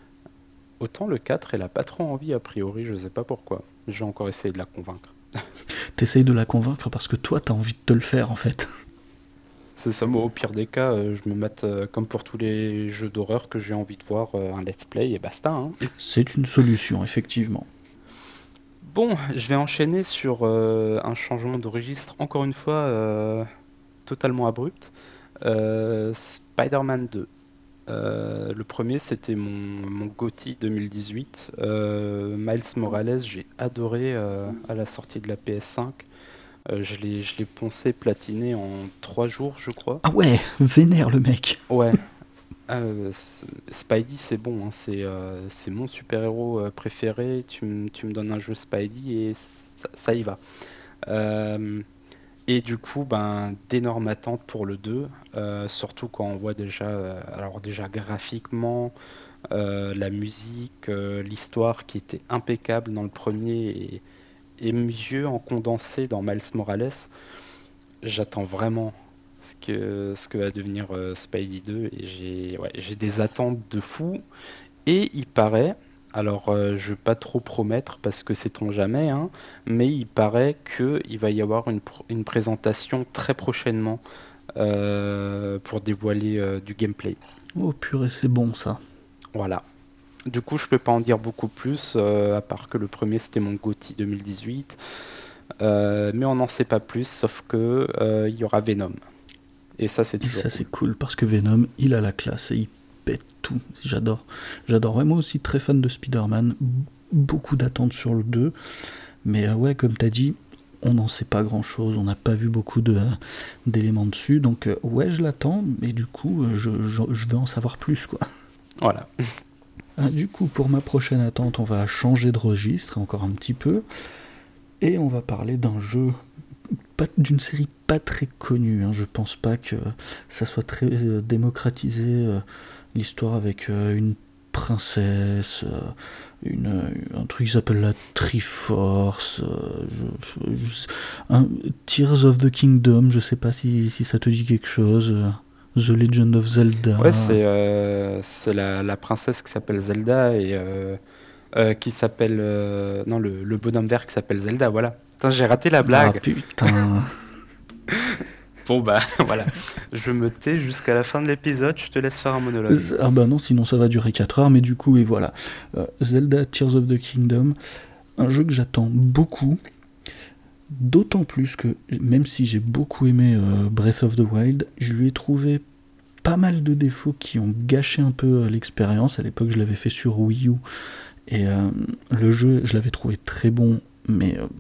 Autant le quatre, elle a pas trop envie a priori, je sais pas pourquoi. J'ai encore essayé de la convaincre. T'essayes de la convaincre parce que toi, t'as envie de te le faire en fait. C'est ça, moi au pire des cas, euh, je me mate euh, comme pour tous les jeux d'horreur que j'ai envie de voir euh, un let's play et basta, hein. C'est une solution, effectivement. Bon, je vais enchaîner sur euh, un changement de registre, encore une fois, euh, totalement abrupt. Euh, Spider-Man deux. Euh, le premier, c'était mon, mon GOTY deux mille dix-huit. Euh, Miles Morales, j'ai adoré euh, à la sortie de la P S cinq. Euh, je l'ai, je l'ai poncé, platiné en trois jours, je crois. Ah ouais, vénère le mec. Ouais, euh, s- Spidey, c'est bon, hein, c'est euh, c'est mon super-héros euh, préféré. Tu, me tu me donnes un jeu Spidey et ça, ça y va. Euh, Et du coup, ben, d'énormes attentes pour le deux, euh, surtout quand on voit déjà, euh, alors déjà graphiquement, euh, la musique, euh, l'histoire qui était impeccable dans le premier et, et mieux en condensé dans Miles Morales. J'attends vraiment ce que, ce que va devenir euh, Spidey deux et j'ai ouais, j'ai des attentes de fou. Et il paraît, alors euh, je ne veux pas trop promettre parce que sait-on jamais, hein, mais il paraît qu'il va y avoir une, pr- une présentation très prochainement euh, pour dévoiler euh, du gameplay. Oh purée, c'est bon ça. Voilà. Du coup, je peux pas en dire beaucoup plus, euh, à part que le premier c'était mon GOTY deux mille dix-huit. Euh, mais on n'en sait pas plus, sauf que euh, il y aura Venom. Et ça, c'est Et toujours ça c'est cool. cool parce que Venom, il a la classe et il pète tout. J'adore. J'adore. Ouais, moi aussi très fan de Spider-Man. Beaucoup d'attentes sur le deux. Mais euh, ouais, comme t'as dit, on n'en sait pas grand chose. On n'a pas vu beaucoup de, d'éléments dessus. Donc euh, ouais, je l'attends. Mais du coup, euh, je, je, je veux en savoir plus quoi. Voilà. Ah, du coup, pour ma prochaine attente, on va changer de registre encore un petit peu. Et on va parler d'un jeu, pas, d'une série pas très connue. Hein. Je pense pas que ça soit très euh, démocratisé, euh, l'histoire avec euh, une princesse, euh, une, un truc qui s'appelle la Triforce, euh, je- je- un- Tears of the Kingdom, je sais pas si, si ça te dit quelque chose. euh, The Legend of Ouais, Zelda. c'est euh, c'est la, la princesse qui s'appelle Zelda et euh, euh, qui s'appelle euh, non le, le bonhomme vert qui s'appelle Zelda. Voilà. Putain, j'ai raté la Ah blague. putain. Bon bah voilà. Je me tais jusqu'à la fin de l'épisode. Je te laisse faire un monologue. Ah bah non, sinon ça va durer quatre heures, mais du coup, et voilà. Euh, Zelda Tears of the Kingdom, un jeu que j'attends beaucoup, d'autant plus que, même si j'ai beaucoup aimé euh, Breath of the Wild, je lui ai trouvé pas mal de défauts qui ont gâché un peu euh, l'expérience. À l'époque, je l'avais fait sur Wii U, et euh, le jeu, je l'avais trouvé très bon, mais euh,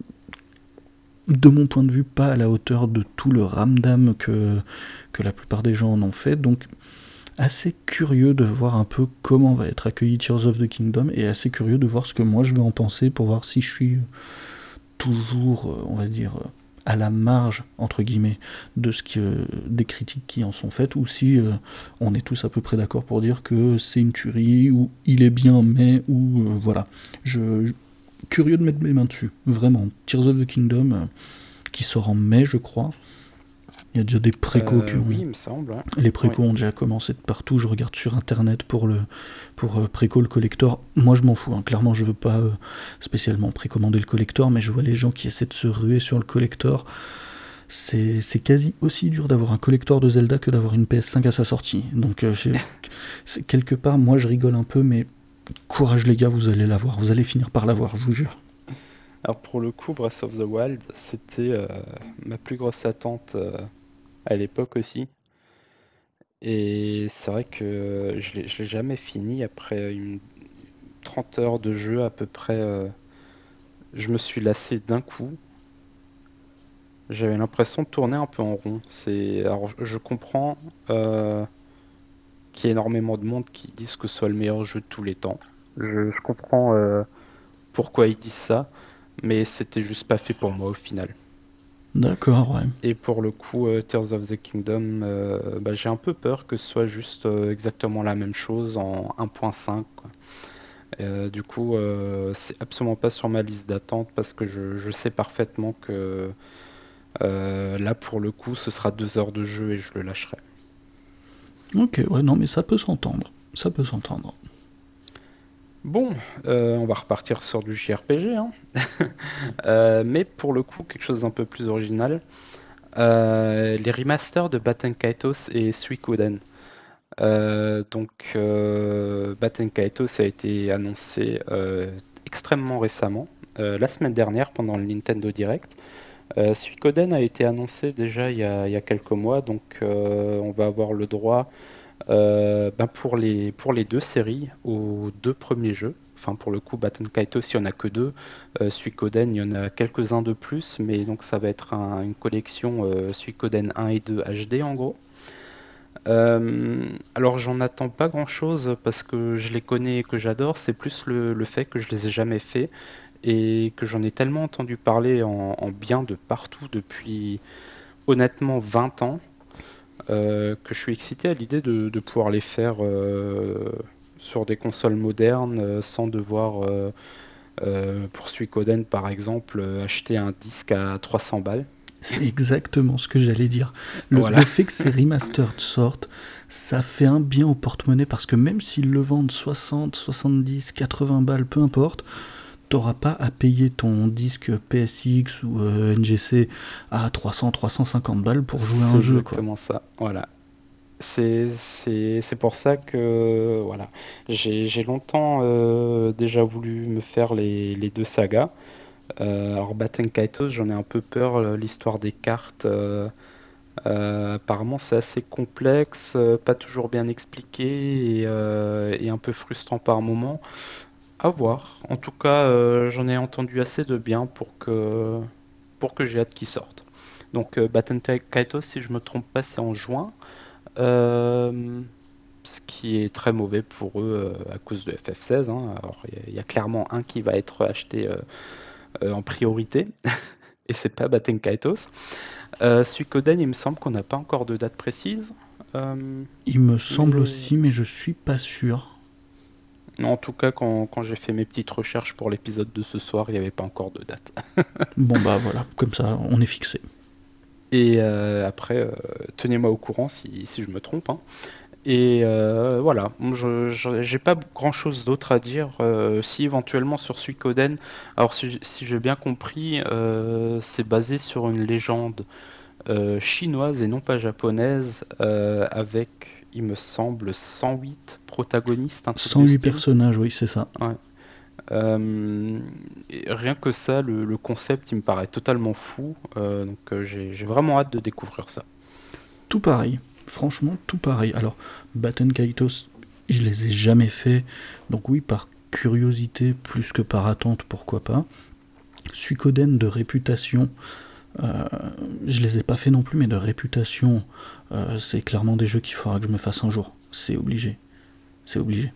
de mon point de vue, pas à la hauteur de tout le ramdam que, que la plupart des gens en ont fait, donc assez curieux de voir un peu comment va être accueilli Tears of the Kingdom et assez curieux de voir ce que moi je vais en penser pour voir si je suis toujours, euh, on va dire, euh, à la marge, entre guillemets, de ce qui, euh, des critiques qui en sont faites ou si euh, on est tous à peu près d'accord pour dire que c'est une tuerie ou il est bien mais ou euh, voilà. Je, je- curieux de mettre mes mains dessus, vraiment. Tears of the Kingdom euh, qui sort en mai, je crois. Il y a déjà des précos qui Euh, oui, ont, il me semble, ouais. les Oui. précos ont déjà commencé de partout. Je regarde sur internet pour le pour euh, préco le collector. Moi, je m'en fous. Hein. Clairement, je veux pas euh, spécialement précommander le collector, mais je vois les gens qui essaient de se ruer sur le collector. C'est, c'est quasi aussi dur d'avoir un collector de Zelda que d'avoir une P S cinq à sa sortie. Donc, euh, j'ai- c'est, quelque part, moi, je rigole un peu, mais courage les gars, vous allez l'avoir. Vous allez finir par l'avoir, je vous jure. Alors pour le coup, Breath of the Wild, c'était euh, ma plus grosse attente euh, à l'époque aussi. Et c'est vrai que je l'ai, je l'ai jamais fini après une trente heures de jeu à peu près. euh, je me suis lassé d'un coup. J'avais l'impression de tourner un peu en rond. C'est, alors je je comprends euh, qu'il y a énormément de monde qui disent que ce soit le meilleur jeu de tous les temps. Je, je comprends euh, pourquoi ils disent ça, mais c'était juste pas fait pour moi au final. D'accord, ouais. Et pour le coup, euh, Tears of the Kingdom, euh, bah, j'ai un peu peur que ce soit juste euh, exactement la même chose en un point cinq, quoi. Euh, du coup, euh, c'est absolument pas sur ma liste d'attente parce que je, je sais parfaitement que euh, là, pour le coup, ce sera deux heures de jeu et je le lâcherai. Ok, ouais, non, mais ça peut s'entendre. Ça peut s'entendre. Bon, euh, on va repartir sur du J R P G, hein. Euh, mais pour le coup, quelque chose d'un peu plus original. Euh, les remasters de Baten Kaitos et Suikoden. Euh, donc, euh, Baten Kaitos a été annoncé euh, extrêmement récemment, euh, la semaine dernière pendant le Nintendo Direct. Euh, Suikoden a été annoncé déjà il y a, il y a quelques mois, donc euh, on va avoir le droit euh, ben pour les, pour les deux séries aux deux premiers jeux. Enfin, pour le coup, Baten Kaitos, il n'y en a que deux. Euh, Suikoden, il y en a quelques-uns de plus, mais donc ça va être un- une collection euh, Suikoden un et deux H D en gros. Euh, alors j'en attends pas grand-chose parce que je les connais et que j'adore, c'est plus le, le fait que je les ai jamais fait et que j'en ai tellement entendu parler en, en bien de partout depuis honnêtement vingt ans, euh, que je suis excité à l'idée de, de pouvoir les faire euh, sur des consoles modernes euh, sans devoir, euh, euh, pour Suikoden par exemple, euh, acheter un disque à trois cents balles. C'est exactement ce que j'allais dire. Le, Voilà, le fait que ces remasters sortent, ça fait un bien au porte-monnaie parce que même s'ils le vendent soixante, soixante-dix, quatre-vingts balles, peu importe, t'auras pas à payer ton disque P S X ou euh, N G C à trois cents, trois cent cinquante balles pour jouer à c'est un jeu, quoi. exactement ça. Voilà. C'est, c'est, c'est pour ça que voilà, j'ai, j'ai longtemps euh, déjà voulu me faire les, les deux sagas. Euh, alors Baten Kaitos, j'en ai un peu peur, euh, l'histoire des cartes. Euh, euh, apparemment, c'est assez complexe, euh, pas toujours bien expliqué et, euh, et un peu frustrant par moment. À voir. En tout cas, euh, j'en ai entendu assez de bien pour que pour que j'ai hâte qu'il sorte. Donc euh, Baten Kaitos, si je me trompe pas, c'est en juin. Euh, Ce qui est très mauvais pour eux euh, à cause de F F seize, hein. Alors, il y, a il y a clairement un qui va être acheté euh, euh, en priorité, et c'est pas Baten Kaitos. Euh, Suikoden, il me semble qu'on n'a pas encore de date précise, euh, Il me semble mais aussi, mais je suis pas sûr. en tout cas, quand, quand j'ai fait mes petites recherches pour l'épisode de ce soir, il n'y avait pas encore de date. Bon bah voilà, comme ça on est fixé. Et euh, après, euh, tenez-moi au courant si, si je me trompe, hein. Et euh, voilà, je je- j'ai pas grand-chose d'autre à dire. Euh, si éventuellement sur Suikoden, alors si, si j'ai bien compris, euh, c'est basé sur une légende euh, chinoise et non pas japonaise, euh, avec, il me semble, cent huit protagonistes, un truc cent du huit style. personnages, oui c'est ça. Ouais. Euh, et rien que ça, le, le concept, il me paraît totalement fou. Euh, donc euh, j'ai j'ai vraiment hâte de découvrir ça. Tout pareil, franchement tout pareil. Alors, Batten Kaitos, je les ai jamais fait, donc oui, par curiosité plus que par attente, pourquoi pas. Suikoden de réputation, euh, je les ai pas fait non plus, mais de réputation, euh, c'est clairement des jeux qu'il faudra que je me fasse un jour. C'est obligé, c'est obligé.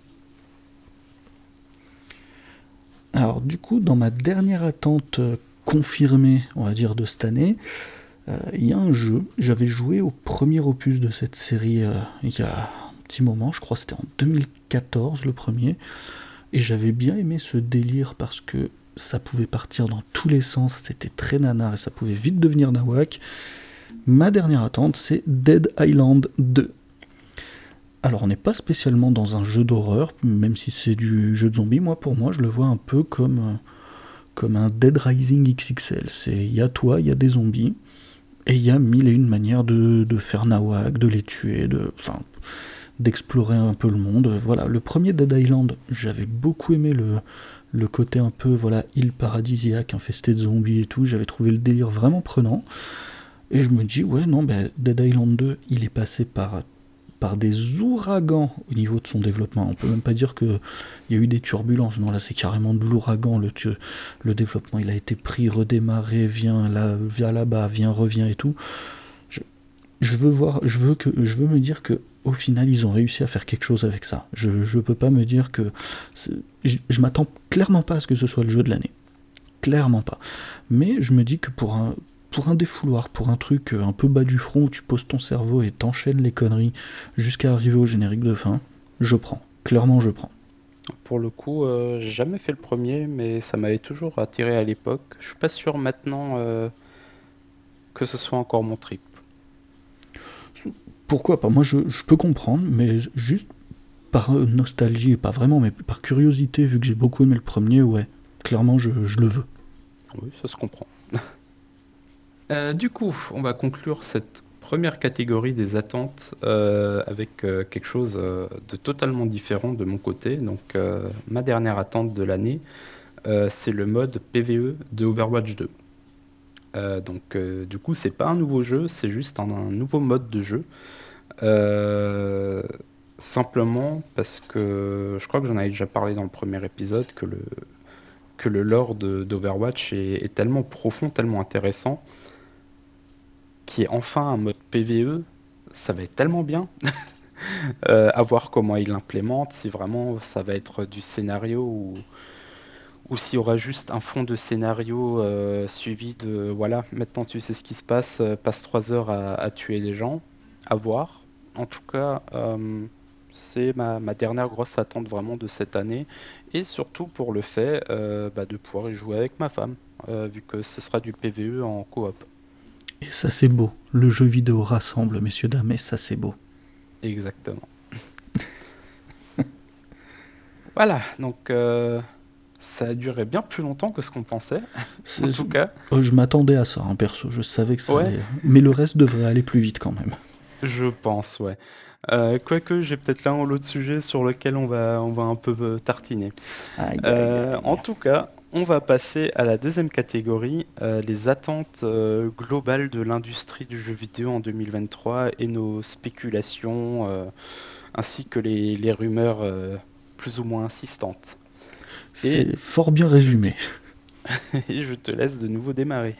Alors du coup, dans ma dernière attente euh, confirmée, on va dire, de cette année, euh, il y a un jeu, j'avais joué au premier opus de cette série euh, il y a un petit moment, je crois que c'était en deux mille quatorze le premier, et j'avais bien aimé ce délire parce que ça pouvait partir dans tous les sens, c'était très nanar et ça pouvait vite devenir nawak. Ma dernière attente, c'est Dead Island deux. Alors on n'est pas spécialement dans un jeu d'horreur, même si c'est du jeu de zombies, moi pour moi je le vois un peu comme, euh, comme un Dead Rising X X L. C'est il y a toi, il y a des zombies, et il y a mille et une manières de, de faire nawak, de les tuer, de, enfin, d'explorer un peu le monde. Voilà, le premier Dead Island, j'avais beaucoup aimé le, le côté un peu voilà île paradisiaque, infesté de zombies et tout, j'avais trouvé le délire vraiment prenant. Et je me dis, ouais, non, ben, Dead Island deux, il est passé par, par des ouragans au niveau de son développement. On peut même pas dire qu'il y a eu des turbulences. Non, là, c'est carrément de l'ouragan. Le, le développement, il a été pris, redémarré, viens là, viens là-bas, viens, reviens et tout. Je, je veux voir, je veux que, je veux me dire que au final, ils ont réussi à faire quelque chose avec ça. Je, je peux pas me dire que, je, je m'attends clairement pas à ce que ce soit le jeu de l'année. Clairement pas. Mais je me dis que pour un pour un défouloir, pour un truc euh, un peu bas du front où tu poses ton cerveau et t'enchaînes les conneries jusqu'à arriver au générique de fin, je prends. Clairement, je prends. Pour le coup, euh, j'ai jamais fait le premier, mais ça m'avait toujours attiré à l'époque. Je suis pas sûr maintenant euh, que ce soit encore mon trip. Pourquoi pas? Moi, je, je peux comprendre, mais juste par euh, nostalgie, et pas vraiment, mais par curiosité, vu que j'ai beaucoup aimé le premier, ouais, clairement, je, je le veux. Oui, ça se comprend. Euh, du coup, on va conclure cette première catégorie des attentes euh, avec euh, quelque chose euh, de totalement différent de mon côté. Donc, euh, ma dernière attente de l'année, euh, c'est le mode P V E de Overwatch deux. Euh, donc, euh, du coup, c'est pas un nouveau jeu, c'est juste un, un nouveau mode de jeu. Euh, Simplement parce que je crois que j'en avais déjà parlé dans le premier épisode que le, que le lore de- d'Overwatch est, est tellement profond, tellement intéressant, qui est enfin un mode P V E, ça va être tellement bien. Euh, à voir comment il l'implémente, si vraiment ça va être du scénario ou, ou s'il y aura juste un fond de scénario euh, suivi de voilà, maintenant tu sais ce qui se passe, euh, passe trois heures à, à tuer les gens. À voir. En tout cas, euh, c'est ma, ma dernière grosse attente vraiment de cette année et surtout pour le fait euh, bah, de pouvoir y jouer avec ma femme, euh, vu que ce sera du P V E en coop. Et ça, c'est beau. Le jeu vidéo rassemble, messieurs, dames, et ça, c'est beau. Exactement. Voilà, donc euh, ça a duré bien plus longtemps que ce qu'on pensait, en C'est- tout cas. oh, je m'attendais à ça, hein, perso, je savais que ça Ouais, allait. Mais le reste devrait aller plus vite quand même. je pense, ouais. Euh, quoique j'ai peut-être l'un ou l'autre sujet sur lequel on va, on va un peu euh, tartiner. Aïe, aïe, Euh, en aïe. tout cas, on va passer à la deuxième catégorie, euh, les attentes euh, globales de l'industrie du jeu vidéo en deux mille vingt-trois et nos spéculations, euh, ainsi que les, les rumeurs euh, plus ou moins insistantes. Et, C'est fort bien résumé. et je te laisse de nouveau démarrer.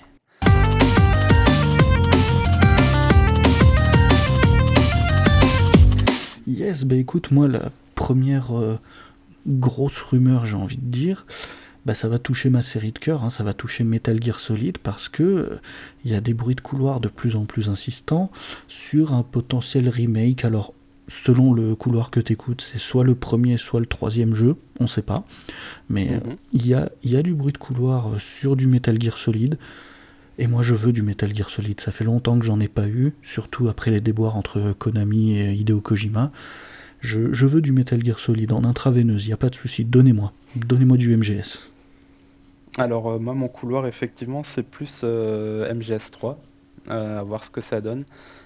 Yes, bah écoute, moi, la première euh, grosse rumeur, j'ai envie de dire, bah ça va toucher ma série de cœur, hein, ça va toucher Metal Gear Solid parce que il euh, y a des bruits de couloir de plus en plus insistants sur un potentiel remake. Alors, selon le couloir que t'écoutes, c'est soit le premier, soit le troisième jeu, on sait pas. Mais Mhm. il y, a, y a du bruit de couloir sur du Metal Gear Solid. Et moi je veux du Metal Gear Solid, ça fait longtemps que j'en ai pas eu, surtout après les déboires entre Konami et Hideo Kojima. Je, je veux du Metal Gear Solid en intraveineuse, y a pas de souci, donnez-moi. Donnez-moi du M G S. Alors, euh, moi, mon couloir, effectivement, c'est plus euh, M G S trois, euh, à voir ce que ça donne.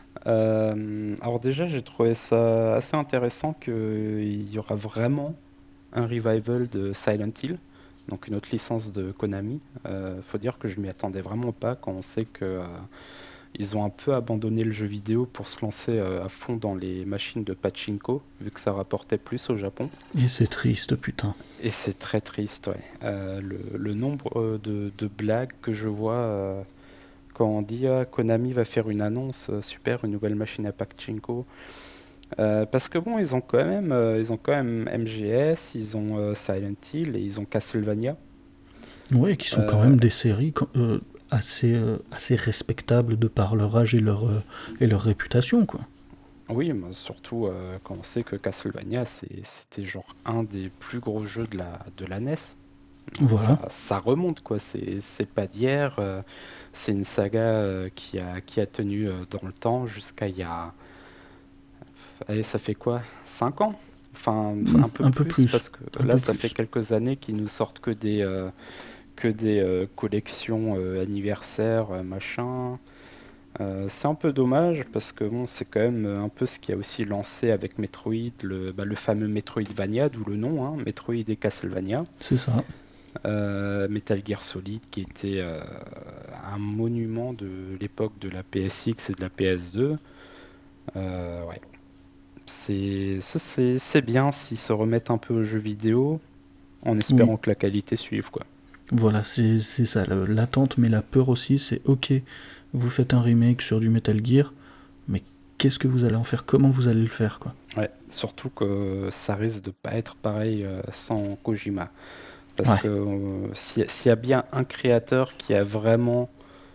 Euh, alors déjà, j'ai trouvé ça assez intéressant qu'il y aura vraiment un revival de Silent Hill, donc une autre licence de Konami. Euh, faut dire que je m'y attendais vraiment pas quand on sait que euh, ils ont un peu abandonné le jeu vidéo pour se lancer euh, à fond dans les machines de pachinko, vu que ça rapportait plus au Japon. Et c'est triste, putain. Et c'est très triste, ouais. Euh, le, le nombre euh, de, de blagues que je vois euh, quand on dit ah, Konami va faire une annonce, euh, super, une nouvelle machine à pachinko. Euh, parce que bon, ils ont quand même, euh, ils ont quand même M G S, ils ont euh, Silent Hill et ils ont Castlevania. Ouais, qui sont quand Euh, même des séries euh, assez, euh, assez respectables de par leur âge et leur, euh, et leur réputation, quoi. oui, mais surtout euh, quand on sait que Castlevania, c'est- c'était genre un des plus gros jeux de la, de la N E S. Donc Voilà. ça, ça remonte quoi, c'est c'est pas d'hier, euh, c'est une saga euh, qui a, qui a tenu euh, dans le temps jusqu'à il y a, allez, ça fait quoi, cinq ans? Enfin, Hmm, un peu un peu plus, plus. parce que Un là, peu ça fait plus. quelques années qu'ils nous sortent que des, euh, que des euh, collections euh, anniversaires, euh, machin. Euh, c'est un peu dommage parce que bon, c'est quand même euh, un peu ce qui a aussi lancé avec Metroid, le, bah, le fameux Metroidvania, d'où le nom, hein, Metroid et Castlevania. C'est ça. Euh, Metal Gear Solid, qui était euh, un monument de l'époque de la P S X et de la P S deux. Euh, ouais. C'est, ça, c'est, c'est bien s'ils se remettent un peu aux jeux vidéo, en Oui. espérant que la qualité suive, quoi. Voilà, c'est c'est ça. le- L'attente, mais la peur aussi, c'est ok, vous faites un remake sur du Metal Gear, mais qu'est-ce que vous allez en faire? Comment vous allez le faire, quoi? Ouais, surtout que ça risque de pas être pareil euh, sans Kojima. Parce Ouais. que euh, s'il y, a s'il y a bien un créateur qui a vraiment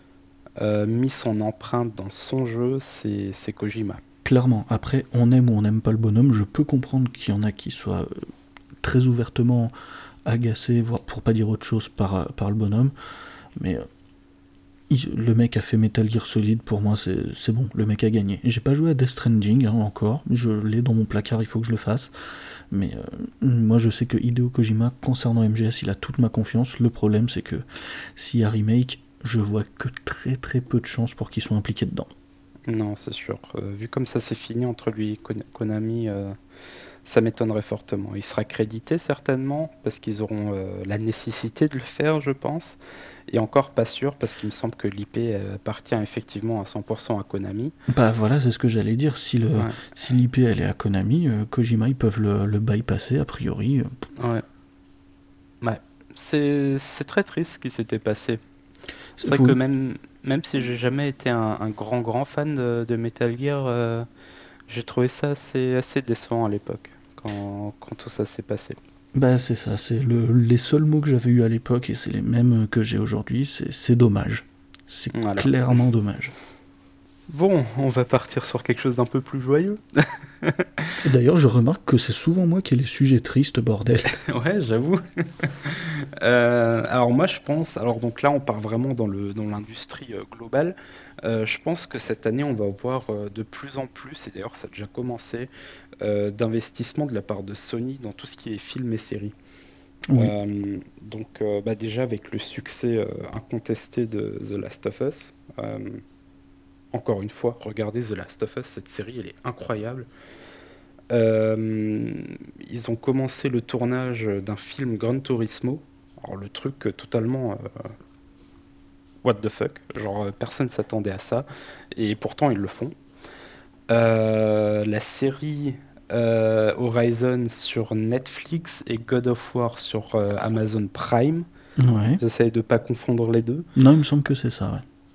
euh, mis son empreinte dans son jeu, c'est, c'est Kojima. Clairement, après, on aime ou on n'aime pas le bonhomme, je peux comprendre qu'il y en a qui soient euh, très ouvertement agacés, voire pour pas dire autre chose, par, par le bonhomme, mais euh, il- le mec a fait Metal Gear Solid, pour moi c'est, c'est bon, le mec a gagné. J'ai pas joué à Death Stranding hein, encore, je l'ai dans mon placard, il faut que je le fasse, mais euh, moi je sais que Hideo Kojima, concernant M G S, il a toute ma confiance, le problème c'est que s'il y a remake, je vois que très très peu de chances pour qu'ils soient impliqués dedans. Non, c'est sûr. Euh, vu comme ça c'est fini entre lui et Kon- Konami, euh, ça m'étonnerait fortement. Il sera crédité certainement parce qu'ils auront euh, la nécessité de le faire, je pense. Et encore pas sûr parce qu'il me semble que l'I P euh, appartient effectivement à cent pour cent à Konami. Bah voilà, c'est ce que j'allais dire. Si, le, Ouais, si l'I P elle est à Konami, euh, Kojima ils peuvent le, le bypasser a priori. euh. ouais, ouais. C'est c'est très triste ce qui s'était passé. C'est C'est vrai que fou. même même si j'ai jamais été un, un grand grand fan de, de Metal Gear, euh, j'ai trouvé ça assez assez décevant à l'époque quand quand tout ça s'est passé. Bah c'est ça, c'est le, les seuls mots que j'avais eu à l'époque et c'est les mêmes que j'ai aujourd'hui. C'est, c'est dommage. C'est Voilà. clairement dommage. Bon, on va partir sur quelque chose d'un peu plus joyeux. D'ailleurs, je remarque que c'est souvent moi qui ai les sujets tristes, bordel. Ouais, j'avoue. Euh, alors moi je pense, alors donc là on part vraiment dans le dans l'industrie euh, globale. Euh, je pense que cette année on va voir euh, de plus en plus, et d'ailleurs ça a déjà commencé, euh, d'investissement de la part de Sony dans tout ce qui est films et séries. Oui. Euh, donc euh, bah, déjà avec le succès euh, incontesté de The Last of Us. euh, Encore une fois, regardez The Last of Us, cette série elle est incroyable. Euh, Ils ont commencé le tournage d'un film Gran Turismo. Alors le truc euh, totalement euh, what the fuck, genre euh, personne s'attendait à ça, et pourtant ils le font. Euh, la série euh, Horizon sur Netflix et God of War sur euh, Amazon Prime. Ouais. J'essaye de pas confondre les deux. Non, il me semble que c'est ça, ouais.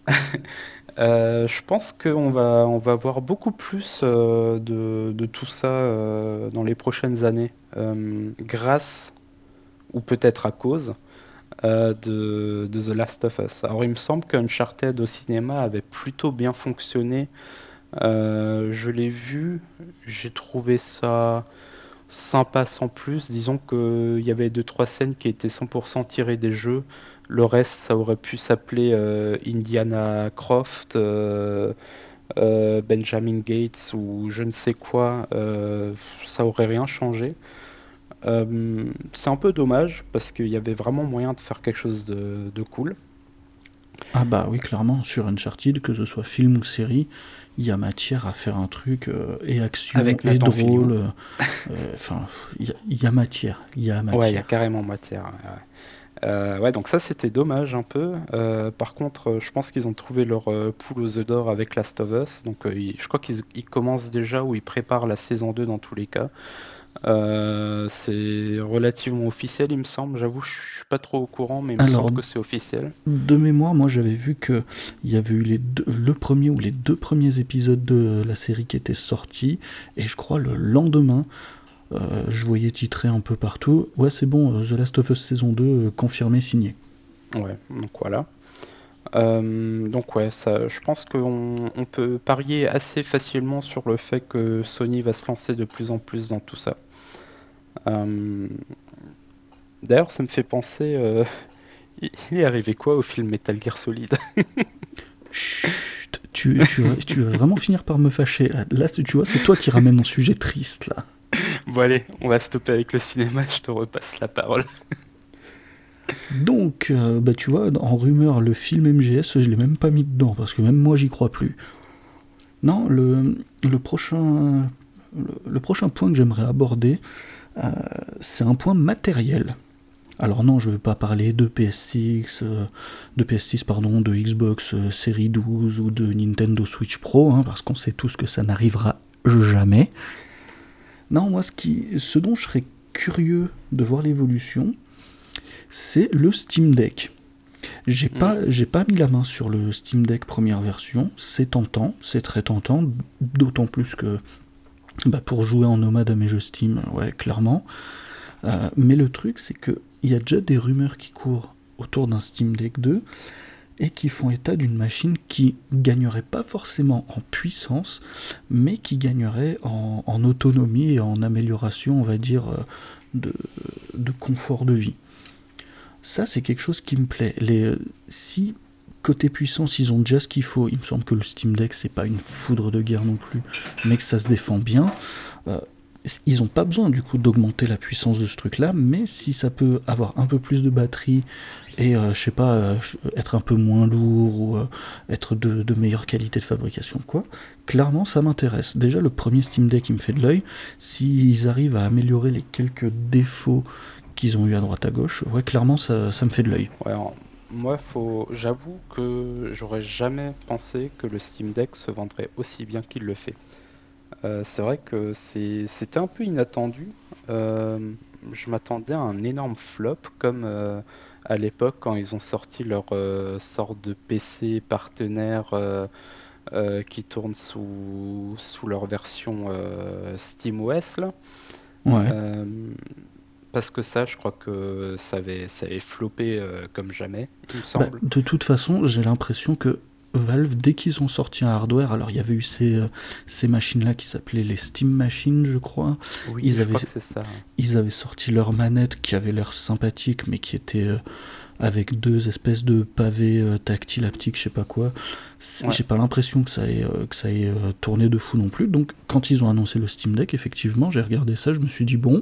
Euh, je pense qu'on va, on va voir beaucoup plus euh, de, de tout ça euh, dans les prochaines années, euh, grâce ou peut-être à cause euh, de, de The Last of Us. Alors il me semble qu'Uncharted au cinéma avait plutôt bien fonctionné. Euh, je l'ai vu, j'ai trouvé ça sympa sans plus. Disons qu'il y avait deux trois scènes qui étaient cent pour cent tirées des jeux. Le reste, ça aurait pu s'appeler euh, Indiana Croft, euh, euh, Benjamin Gates ou je ne sais quoi. Euh, ça aurait rien changé. Euh, c'est un peu dommage parce qu'il y avait vraiment moyen de faire quelque chose de, de cool. Ah bah oui, clairement, sur Uncharted, que ce soit film ou série, il y a matière à faire un truc euh, et action Avec et Nathan Fillion. drôle. euh, euh, Enfin, il y, a- il y a matière, il y a Ouais, il y a matière. carrément matière. Ouais, ouais. Euh, ouais, donc ça c'était dommage un peu. Euh, par contre, euh, je pense qu'ils ont trouvé leur euh, poule aux œufs d'or avec Last of Us. Donc euh, ils- je crois qu'ils ils commencent déjà ou ils préparent la saison deux dans tous les cas. Euh, c'est relativement officiel, il me semble. J'avoue, je suis pas trop au courant, mais il me Alors, semble que c'est officiel. de mémoire, moi j'avais vu que il y avait eu les deux- le premier ou les deux premiers épisodes de la série qui étaient sortis, et je crois le lendemain, euh, je voyais titré un peu partout, ouais c'est bon, euh, The Last of Us saison deux, euh, confirmé, signé. Ouais, donc voilà. Euh, donc ouais, ça, je pense qu'on on peut parier assez facilement sur le fait que Sony va se lancer de plus en plus dans tout ça. Euh, D'ailleurs, ça me fait penser, euh, il il est arrivé quoi au film Metal Gear Solid? Chut, tu, tu, vas- tu vas vraiment finir par me fâcher. Là, tu vois, c'est toi qui ramène un sujet triste, là. Bon allez, on va stopper avec le cinéma, je te repasse la parole. Donc, euh, bah, tu vois, en rumeur, le film M G S, je l'ai même pas mis dedans, parce que même moi, j'y crois plus. Non, le, le prochain, le, le prochain point que j'aimerais aborder, euh, c'est un point matériel. Alors non, je ne vais pas parler de P S six, euh, de P S six pardon, de Xbox euh, Series douze ou de Nintendo Switch Pro, hein, parce qu'on sait tous que ça n'arrivera jamais. Non, moi, ce, qui, ce dont je serais curieux de voir l'évolution, c'est le Steam Deck. J'ai Mm. pas, j'ai pas mis la main sur le Steam Deck première version, c'est tentant, c'est très tentant, d'autant plus que bah, pour jouer en nomade à mes jeux Steam, ouais, clairement. Euh, mais le truc, c'est que il y a déjà des rumeurs qui courent autour d'un Steam Deck deux, et qui font état d'une machine qui gagnerait pas forcément en puissance, mais qui gagnerait en, en autonomie et en amélioration, on va dire, euh, de, de confort de vie. Ça, c'est quelque chose qui me plaît. Les, euh, si côté puissance, ils ont déjà ce qu'il faut, il me semble que le Steam Deck, c'est pas une foudre de guerre non plus, mais que ça se défend bien. euh, Ils n'ont pas besoin du coup d'augmenter la puissance de ce truc-là, mais si ça peut avoir un peu plus de batterie et euh, je sais pas, euh, être un peu moins lourd ou euh, être de, de meilleure qualité de fabrication, quoi, clairement ça m'intéresse. Déjà le premier Steam Deck il me fait de l'œil. S'ils arrivent à améliorer les quelques défauts qu'ils ont eu à droite à gauche, ouais, clairement ça, ça me fait de l'œil. Ouais, en- moi, faut, j'avoue que j'aurais jamais pensé que le Steam Deck se vendrait aussi bien qu'il le fait. Euh, c'est vrai que c'est, c'était un peu inattendu. Euh, je m'attendais à un énorme flop, comme euh, à l'époque quand ils ont sorti leur euh, sorte de P C partenaire euh, euh, qui tourne sous, sous leur version euh, SteamOS là. Ouais. Euh, Parce que ça, je crois que ça avait, ça avait floppé euh, comme jamais, il me Bah, semble. de toute façon, j'ai l'impression que Valve, dès qu'ils ont sorti un hardware, alors il y avait eu ces, euh, ces machines-là qui s'appelaient les Steam Machines, je crois. Oui, Ils je avaient, crois que c'est ça. ils avaient sorti leur manette qui avait l'air sympathique, mais qui était euh, avec deux espèces de pavés euh, tactiles, haptiques, je sais pas quoi. C'est- Ouais. J'ai pas l'impression que ça ait, euh, que ça ait euh, tourné de fou non plus. Donc, quand ils ont annoncé le Steam Deck, effectivement, j'ai regardé ça, je me suis dit, bon,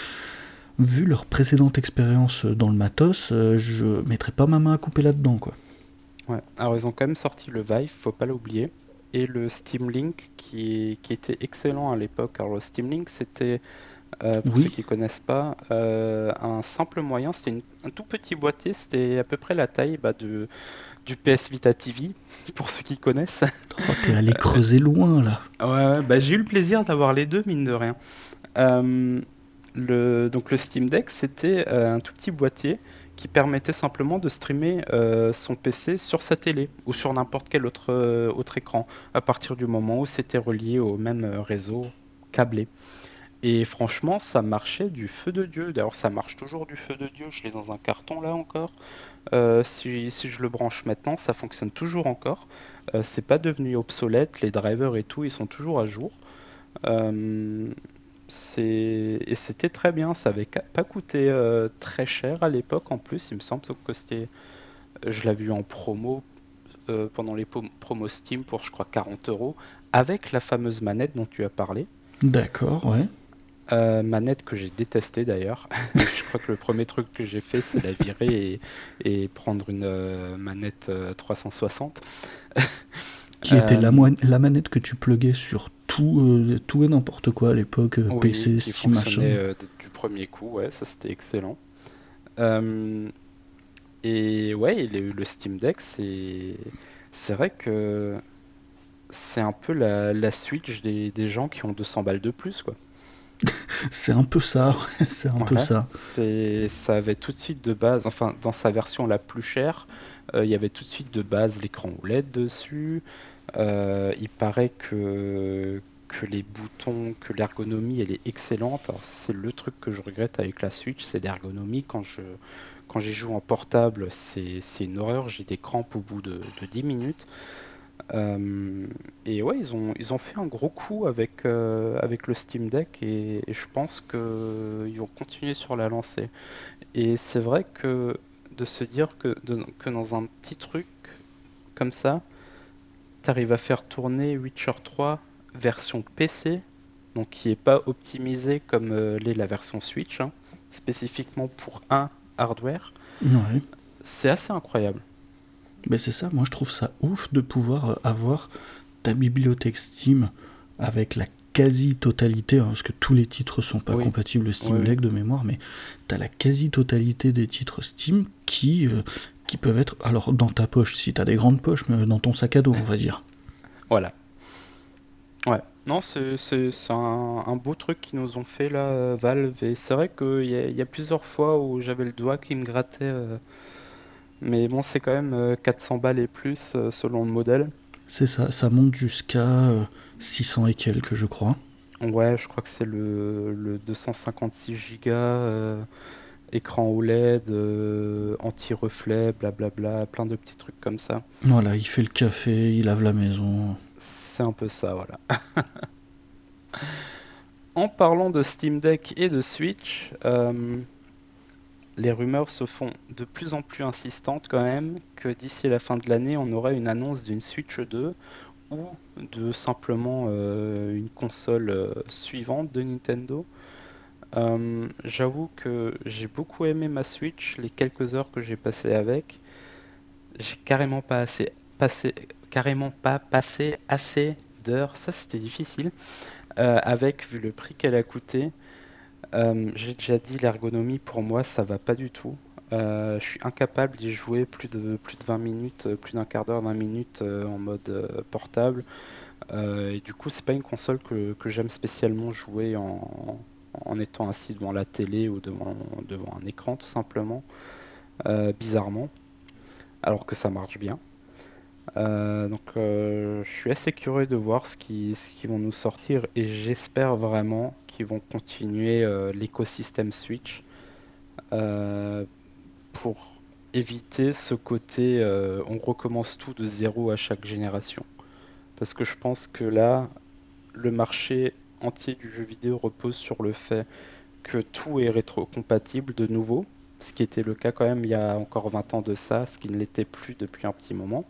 vu leur précédente expérience dans le matos, euh, je mettrais pas ma main à couper là-dedans, quoi. Ouais. Alors ils ont quand même sorti le Vive, faut pas l'oublier, et le Steam Link qui, qui était excellent à l'époque. Alors le Steam Link c'était, euh, pour ceux Oui, qui connaissent pas, euh, un simple moyen, c'était une- un tout petit boîtier, c'était à peu près la taille bah, de, du P S Vita T V, pour ceux qui connaissent. oh, t'es allé creuser loin, là. Ouais, ouais, bah, j'ai eu le plaisir d'avoir les deux, mine de rien. Euh, le, donc le Steam Deck, c'était euh, un tout petit boîtier qui permettait simplement de streamer euh, son P C sur sa télé ou sur n'importe quel autre, euh, autre écran à partir du moment où c'était relié au même euh, réseau câblé. Et franchement, ça marchait du feu de Dieu. D'ailleurs, ça marche toujours du feu de Dieu. Je l'ai dans un carton là encore. Euh, si, si je le branche maintenant, ça fonctionne toujours encore. Euh, c'est pas devenu obsolète. Les drivers et tout, ils sont toujours à jour. Euh, c'est... Et c'était très bien, ça avait ca- pas coûté euh, très cher à l'époque en plus, il me semble que c'était... Je l'avais vu en promo euh, pendant les pom- promos Steam pour je crois quarante euros, avec la fameuse manette dont tu as parlé. D'accord, ouais. Euh, manette que j'ai détestée d'ailleurs. Je crois que le premier truc que j'ai fait c'est la virer et, et prendre une euh, manette euh, trois cent soixante. Qui était la, Euh, moine- la manette que tu pluguais sur tout, euh, tout et n'importe quoi à l'époque, euh, oui, P C, qui Steam, fonctionnait machin. euh, d- du premier coup, ouais, ça c'était excellent. Euh, Et ouais, et le, le Steam Deck, c'est c'est vrai que c'est un peu la, la Switch des, des gens qui ont deux cents balles de plus, quoi. C'est un peu ça, ouais, c'est un peu Ouais, ça. c'est ça avait tout de suite de base, enfin dans sa version la plus chère, euh, il y avait tout de suite de base l'écran O L E D dessus. Euh, il paraît que que les boutons, que l'ergonomie elle est excellente. Alors, c'est le truc que je regrette avec la Switch, c'est l'ergonomie. Quand je quand j'y joue en portable, c'est c'est une horreur. J'ai des crampes au bout de, de dix minutes. Euh, et ouais, ils ont, ils ont fait un gros coup avec, euh, avec le Steam Deck et, et je pense qu'ils vont continuer sur la lancée. Et c'est vrai que de se dire que, de- que dans un petit truc comme ça, tu arrives à faire tourner Witcher trois version P C, donc qui n'est pas optimisé comme euh, l'est la version Switch, hein, spécifiquement pour un hardware, Ouais. c'est assez incroyable. Mais c'est ça, moi je trouve ça ouf de pouvoir euh, avoir ta bibliothèque Steam avec la quasi-totalité, hein, parce que tous les titres sont pas Oui, compatibles oui, Steam oui. Deck de mémoire, mais t'as la quasi-totalité des titres Steam qui, euh, qui peuvent être, alors dans ta poche, si t'as des grandes poches, mais dans ton sac à dos, on va dire. Voilà. Ouais. Non, c'est c'est- c'est un, un beau truc qu'ils nous ont fait là, euh, Valve. Et c'est vrai qu'il y a, il y a plusieurs fois où j'avais le doigt qui me grattait. euh, mais bon, c'est quand même euh, quatre cents balles et plus euh, selon le modèle. C'est ça, ça monte jusqu'à euh, six cents et quelques, je crois. Ouais, je crois que c'est le, le deux cent cinquante-six gigas. euh, écran O L E D, euh, anti-reflet, blablabla, plein de petits trucs comme ça. Voilà, il fait le café, il lave la maison. C'est un peu ça, voilà. En parlant de Steam Deck et de Switch, euh, les rumeurs se font de plus en plus insistantes quand même que d'ici la fin de l'année, on aura une annonce d'une Switch deux ou de simplement euh, une console euh, suivante de Nintendo. Euh, j'avoue que j'ai beaucoup aimé ma Switch, les quelques heures que j'ai passées avec. J'ai carrément pas assez passé, carrément pas passé assez d'heures, ça c'était difficile, euh, avec vu le prix qu'elle a coûté. Euh, j'ai déjà dit, l'ergonomie pour moi ça va pas du tout. Euh, je suis incapable d'y jouer plus de, plus de vingt minutes, euh, plus d'un quart d'heure, vingt minutes euh, en mode euh, portable. Euh, et du coup, c'est pas une console que, que j'aime spécialement jouer en, en étant assis devant la télé ou devant, devant un écran tout simplement, euh, bizarrement, alors que ça marche bien. Euh, donc euh, je suis assez curieux de voir ce qui, ce qu'ils vont nous sortir et j'espère vraiment qu'ils vont continuer euh, l'écosystème Switch euh, pour éviter ce côté euh, on recommence tout de zéro à chaque génération. Parce que je pense que là, le marché entier du jeu vidéo repose sur le fait que tout est rétrocompatible de nouveau, ce qui était le cas quand même il y a encore vingt ans de ça, ce qui ne l'était plus depuis un petit moment.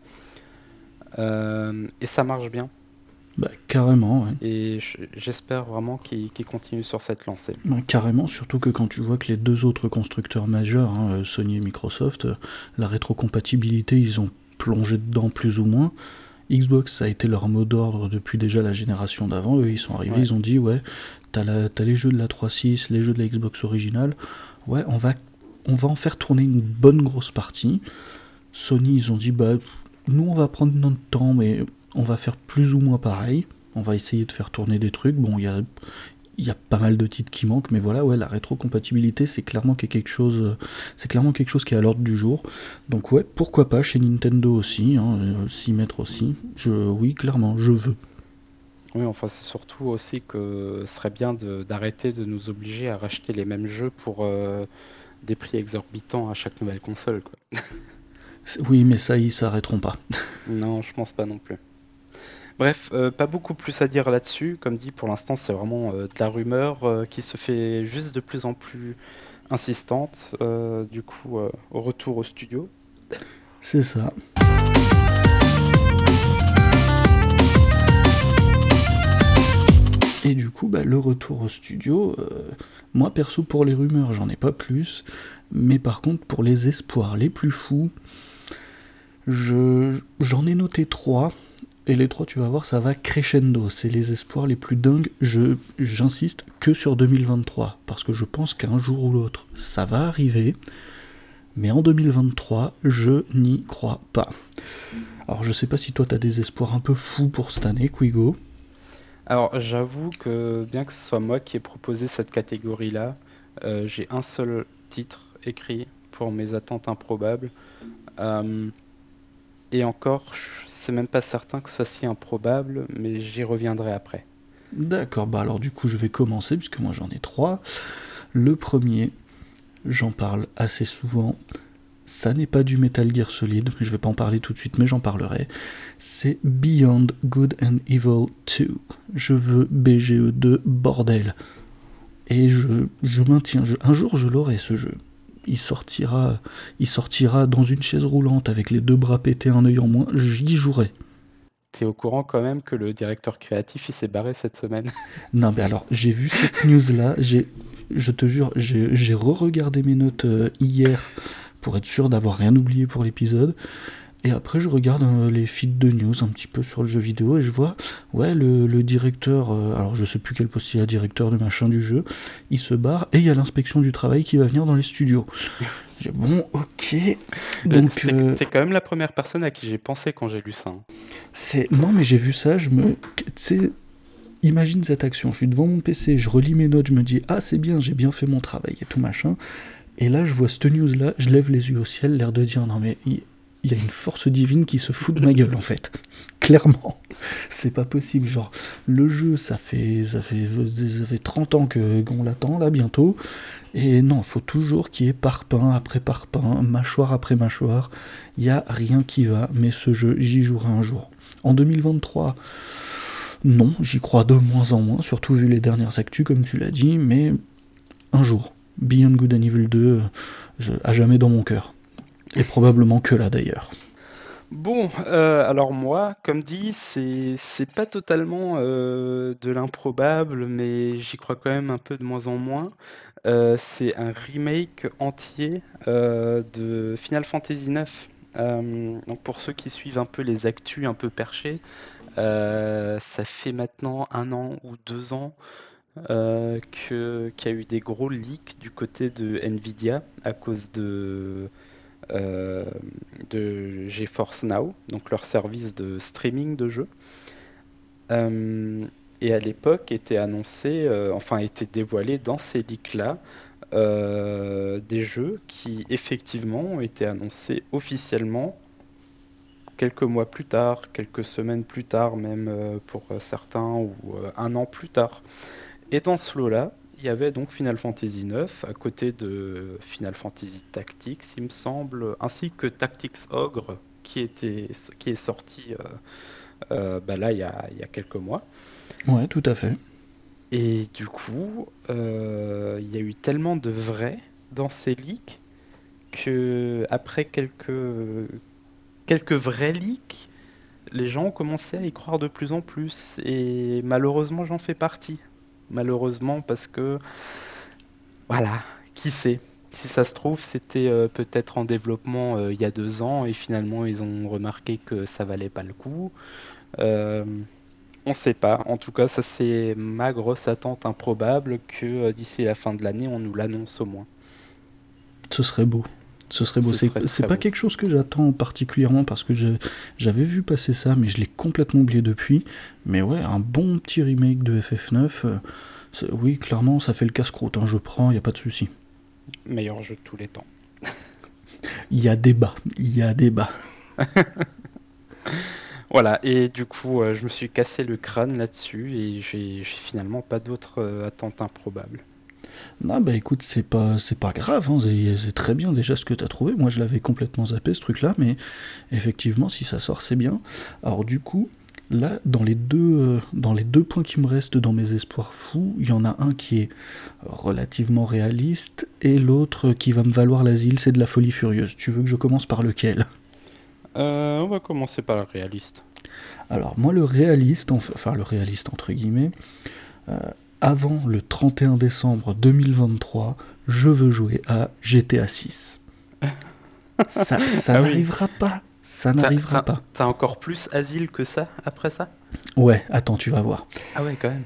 Euh, et ça marche bien. Bah, carrément, ouais. Et j'espère vraiment qu'ils qu'ils continuent sur cette lancée. Bah, carrément, surtout que quand tu vois que les deux autres constructeurs majeurs, hein, Sony et Microsoft, euh, la rétrocompatibilité, ils ont plongé dedans plus ou moins. Xbox, ça a été leur mot d'ordre depuis déjà la génération d'avant. Eux, ils sont arrivés, Ouais. ils ont dit, ouais, t'as, la, t'as les jeux de la trois six, les jeux de la Xbox originale. Ouais, on va, on va en faire tourner une bonne grosse partie. Sony, ils ont dit, bah, nous, on va prendre notre temps, mais on va faire plus ou moins pareil. On va essayer de faire tourner des trucs. Bon, il y a, y a pas mal de titres qui manquent, mais voilà, ouais, la rétrocompatibilité, c'est clairement quelque chose, c'est clairement quelque chose qui est à l'ordre du jour. Donc ouais, pourquoi pas chez Nintendo aussi, hein, euh, s'y mettre aussi. Je, oui, clairement, je veux. Oui, enfin, c'est surtout aussi que ce serait bien de- d'arrêter de nous obliger à racheter les mêmes jeux pour euh, des prix exorbitants à chaque nouvelle console, quoi. C'est- Oui, mais ça, ils s'arrêteront pas. Non, je pense pas non plus. Bref, euh, pas beaucoup plus à dire là-dessus. Comme dit, pour l'instant, c'est vraiment euh, de la rumeur euh, qui se fait juste de plus en plus insistante. Euh, du coup, euh, au retour au studio. C'est ça. Et du coup, bah, le retour au studio, euh, moi perso pour les rumeurs, j'en ai pas plus, mais par contre pour les espoirs les plus fous, je, j'en ai noté trois, et les trois, tu vas voir, ça va crescendo, c'est les espoirs les plus dingues, je, j'insiste que sur deux mille vingt-trois, parce que je pense qu'un jour ou l'autre, ça va arriver, mais en deux mille vingt-trois, je n'y crois pas. Alors je sais pas si toi t'as des espoirs un peu fous pour cette année, Quigo. Alors, j'avoue que bien que ce soit moi qui ai proposé cette catégorie-là, euh, j'ai un seul titre écrit pour mes attentes improbables. Euh, et encore, je- c'est même pas certain que ce soit si improbable, mais j'y reviendrai après. D'accord, bah alors du coup je vais commencer, puisque moi j'en ai trois. Le premier, j'en parle assez souvent, ça n'est pas du Metal Gear Solid, je vais pas en parler tout de suite, mais j'en parlerai. C'est Beyond Good and Evil deux. Je veux B G E deux, bordel. Et je, je maintiens, je- un jour je l'aurai ce jeu. Il sortira, il sortira dans une chaise roulante avec les deux bras pétés, un œil en moins, j'y jouerai. T'es au courant quand même que le directeur créatif, il s'est barré cette semaine? Non mais alors, j'ai vu cette news-là, j'ai, je te jure, j'ai, j'ai re-regardé mes notes euh, hier pour être sûr d'avoir rien oublié pour l'épisode. Et après, je regarde euh, les feeds de news un petit peu sur le jeu vidéo et je vois, ouais, le, le directeur, euh, alors je sais plus quel poste il a, directeur de machin du jeu, il se barre et il y a l'inspection du travail qui va venir dans les studios. J'ai bon, ok. Euh, Donc, C'était euh, t'es quand même la première personne à qui j'ai pensé quand j'ai lu ça, hein. c'est. Non, mais j'ai vu ça, je me. Tu sais, imagine cette action, je suis devant mon P C, je relis mes notes, je me dis, ah, c'est bien, j'ai bien fait mon travail et tout machin. Et là, je vois cette news-là, je lève les yeux au ciel, l'air de dire, non mais. Il il y a une force divine qui se fout de ma gueule en fait, clairement. C'est pas possible, genre, le jeu, ça fait, ça fait, ça fait trente ans que, qu'on l'attend, là, bientôt, et non, il faut toujours qu'il y ait parpaing après parpaing, mâchoire après mâchoire, il y a rien qui va, mais ce jeu, j'y jouerai un jour. En deux mille vingt-trois, non, j'y crois de moins en moins, surtout vu les dernières actus, comme tu l'as dit, mais un jour. Beyond Good and Evil deux, je, à jamais dans mon cœur. Et probablement que là, d'ailleurs. Bon, euh, alors moi, comme dit, c'est c'est pas totalement euh, de l'improbable, mais j'y crois quand même un peu de moins en moins. Euh, c'est un remake entier euh, de Final Fantasy neuf. Euh, donc pour ceux qui suivent un peu les actus un peu perchés, euh, ça fait maintenant un an ou deux ans euh, que qu'il y a eu des gros leaks du côté de Nvidia à cause de euh, de GeForce Now, donc leur service de streaming de jeux. Euh, et à l'époque était annoncé, euh, enfin était dévoilé dans ces leaks-là, euh, des jeux qui effectivement ont été annoncés officiellement quelques mois plus tard, quelques semaines plus tard, même euh, pour certains, ou euh, un an plus tard. Et dans ce lot-là, il y avait donc Final Fantasy neuf à côté de Final Fantasy Tactics, il me semble, ainsi que Tactics Ogre qui, était, qui est sorti euh, euh, bah là il y, a, il y a quelques mois. Ouais, tout à fait. Et du coup, euh, il y a eu tellement de vrai dans ces leaks que après quelques, quelques vrais leaks, les gens ont commencé à y croire de plus en plus. Et malheureusement, j'en fais partie. Malheureusement, parce que voilà, qui sait? Si ça se trouve, c'était euh, peut-être en développement euh, il y a deux ans et finalement ils ont remarqué que ça valait pas le coup. Euh, on sait pas. En tout cas, ça c'est ma grosse attente improbable que euh, d'ici la fin de l'année, on nous l'annonce au moins. Ce serait beau. Ce serait beau. Ce C'est, serait c'est très pas beau. quelque chose que j'attends particulièrement parce que je, j'avais vu passer ça, mais je l'ai complètement oublié depuis. Mais ouais, un bon petit remake de F F neuf, euh, c'est- oui, clairement, ça fait le casse-croûte. Hein, je prends, y a pas de souci. Meilleur jeu de tous les temps. Il y a débat. Il y a débat. Voilà, et du coup, euh, je me suis cassé le crâne là-dessus et j'ai j'ai finalement pas d'autres euh, attentes improbables. Non, bah écoute, c'est pas, c'est pas grave. Hein, c'est, c'est très bien déjà ce que t'as trouvé. Moi, je l'avais complètement zappé ce truc-là, mais effectivement, si ça sort, c'est bien. Alors du coup, là, dans les deux, euh, dans les deux points qui me restent dans mes espoirs fous, il y en a un qui est relativement réaliste et l'autre qui va me valoir l'asile, c'est de la folie furieuse. Tu veux que je commence par lequel? Euh, on va commencer par le réaliste. Alors moi, le réaliste, enf- enfin le réaliste entre guillemets, euh, avant le trente et un décembre deux mille vingt-trois, je veux jouer à G T A six. Ça, ça Ah oui, n'arrivera pas. Ça t'as, n'arrivera t'as- pas. t'as encore plus asile que ça après ça? Ouais, attends, tu vas voir. Ah ouais, quand même.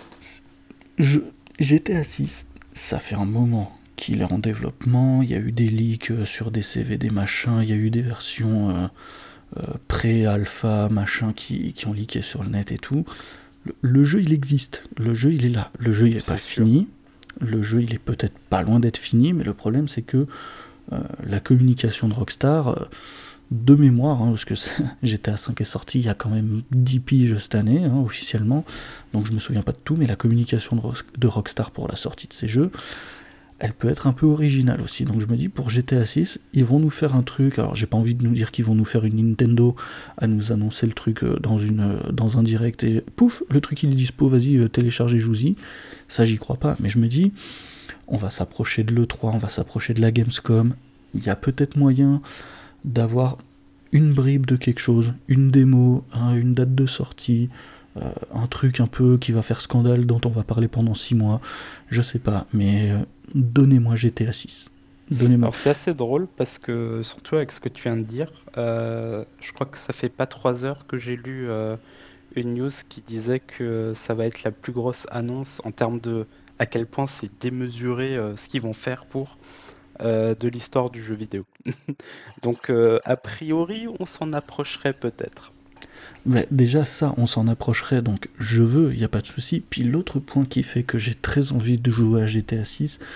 Je, G T A six, ça fait un moment qu'il est en développement. Il y a eu des leaks euh, sur des C V, des machins. Il y a eu des versions euh, euh, pré-alpha, machin, qui, qui ont leaké sur le net et tout. Le, le jeu, il existe. Le jeu, il est là. Le jeu, il est pas C'est sûr. fini. Le jeu, il est peut-être pas loin d'être fini, mais le problème, c'est que euh, la communication de Rockstar, euh, de mémoire, hein, parce que G T A cinq est sorti il y a quand même dix piges cette année, hein, officiellement, donc je me souviens pas de tout, mais la communication de, Ros- de Rockstar pour la sortie de ces jeux, elle peut être un peu originale aussi. Donc je me dis, pour G T A six, ils vont nous faire un truc, alors j'ai pas envie de nous dire qu'ils vont nous faire une Nintendo à nous annoncer le truc euh, dans, une, euh, dans un direct et pouf, le truc il est dispo, vas-y, euh, téléchargez, jouez-y. Ça j'y crois pas, mais je me dis, on va s'approcher de l'E trois, on va s'approcher de la Gamescom, il y a peut-être moyen d'avoir une bribe de quelque chose, une démo, hein, une date de sortie, euh, un truc un peu qui va faire scandale dont on va parler pendant six mois, je sais pas, mais euh, donnez-moi G T A six. Donnez-moi. Alors c'est assez drôle parce que, surtout avec ce que tu viens de dire, euh, je crois que ça fait pas trois heures que j'ai lu euh, une news qui disait que ça va être la plus grosse annonce en termes de à quel point c'est démesuré euh, ce qu'ils vont faire pour euh, de l'histoire du jeu vidéo. Donc euh, a priori, on s'en approcherait peut-être. Mais déjà ça, on s'en approcherait, donc je veux, il n'y a pas de souci. Puis l'autre point qui fait que j'ai très envie de jouer à G T A six,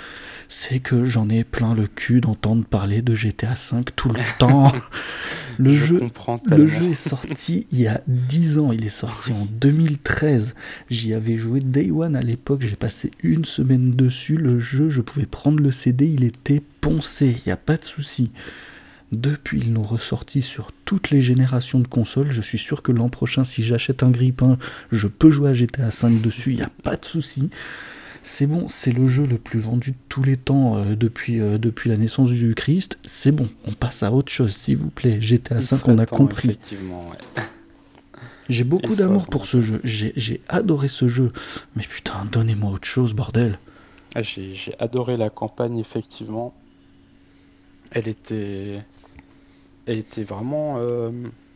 c'est que j'en ai plein le cul d'entendre parler de G T A cinq tout le temps. Le Je jeu, comprends le tellement. jeu est sorti il y a dix ans, il est sorti en deux mille treize. J'y avais joué Day One à l'époque, j'ai passé une semaine dessus. Le jeu, je pouvais prendre le C D, il était poncé, il n'y a pas de souci. Depuis, ils l'ont ressorti sur toutes les générations de consoles. Je suis sûr que l'an prochain, si j'achète un grille-pain, je peux jouer à G T A cinq dessus, il n'y a pas de souci. C'est bon, c'est le jeu le plus vendu de tous les temps euh, depuis, euh, depuis la naissance du Christ. C'est bon, on passe à autre chose, s'il vous plaît. G T A Il cinq, serait on a temps, compris. effectivement, ouais. J'ai Il beaucoup serait d'amour pour vraiment ce temps. jeu. J'ai, j'ai adoré ce jeu. Mais putain, donnez-moi autre chose, bordel. Ah, j'ai j'ai adoré la campagne, effectivement. Elle était, elle était vraiment. euh,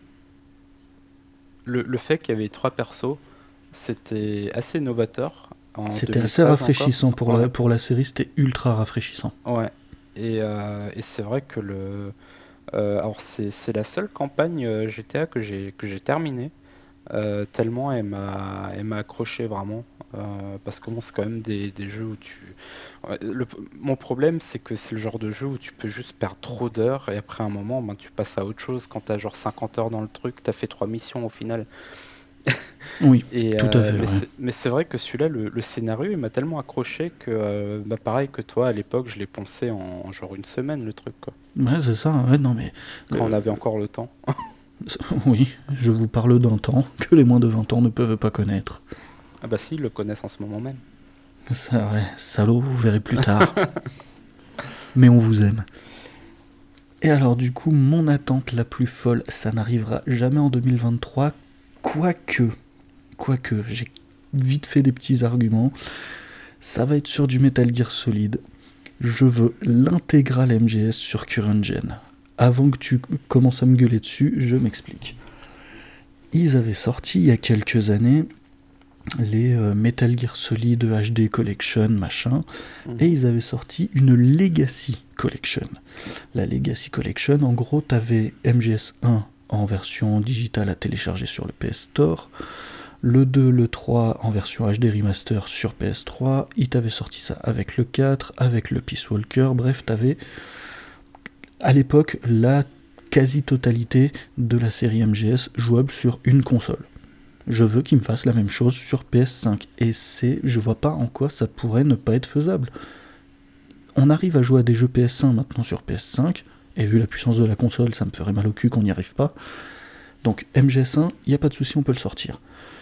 Le, le fait qu'il y avait trois persos, c'était assez novateur en C'était assez deux mille treize encore. rafraîchissant pour Ouais, la, pour la série, c'était ultra rafraîchissant. ouais. Et, euh, et c'est vrai que le. euh, alors, c'est c'est la seule campagne euh, G T A que j'ai que j'ai terminée. Euh, tellement elle m'a elle m'a accroché vraiment. Euh, parce que bon, c'est quand même des, des jeux où tu. Ouais, le- mon problème, c'est que c'est le genre de jeu où tu peux juste perdre trop d'heures et après un moment, ben, tu passes à autre chose. Quand t'as genre cinquante heures dans le truc, t'as fait trois missions au final. Oui, Et tout à euh, fait, mais ouais. c'est mais c'est vrai que celui-là, le, le scénario, il m'a tellement accroché que, euh, bah, pareil que toi, à l'époque, je l'ai poncé en, en genre une semaine, le truc, quoi. Ouais, c'est ça, ouais, non mais... Quand on le- avait encore le temps. Oui, je vous parle d'un temps que les moins de vingt ans ne peuvent pas connaître. Ah bah si, ils le connaissent en ce moment même. Ça, ouais, salaud, vous verrez plus tard. Mais on vous aime. Et alors, du coup, mon attente la plus folle, ça n'arrivera jamais en deux mille vingt-trois, quoique, quoique, j'ai vite fait des petits arguments, ça va être sur du Metal Gear Solid. Je veux l'intégrale M G S sur Current Gen. Avant que tu commences à me gueuler dessus, je m'explique. Ils avaient sorti il y a quelques années les euh, Metal Gear Solid H D Collection, machin, et Mhm. ils avaient sorti une Legacy Collection. La Legacy Collection, en gros, t'avais M G S un en version digitale à télécharger sur le P S Store, le deux, le trois en version H D Remaster sur P S trois, ils t'avaient sorti ça avec le quatre, avec le Peace Walker, bref, t'avais à l'époque la quasi-totalité de la série M G S jouable sur une console. Je veux qu'ils me fassent la même chose sur P S cinq, et c'est, je vois pas en quoi ça pourrait ne pas être faisable. On arrive à jouer à des jeux P S un maintenant sur P S cinq, et vu la puissance de la console, ça me ferait mal au cul qu'on n'y arrive pas. Donc M G S un, il n'y a pas de souci, on peut le sortir.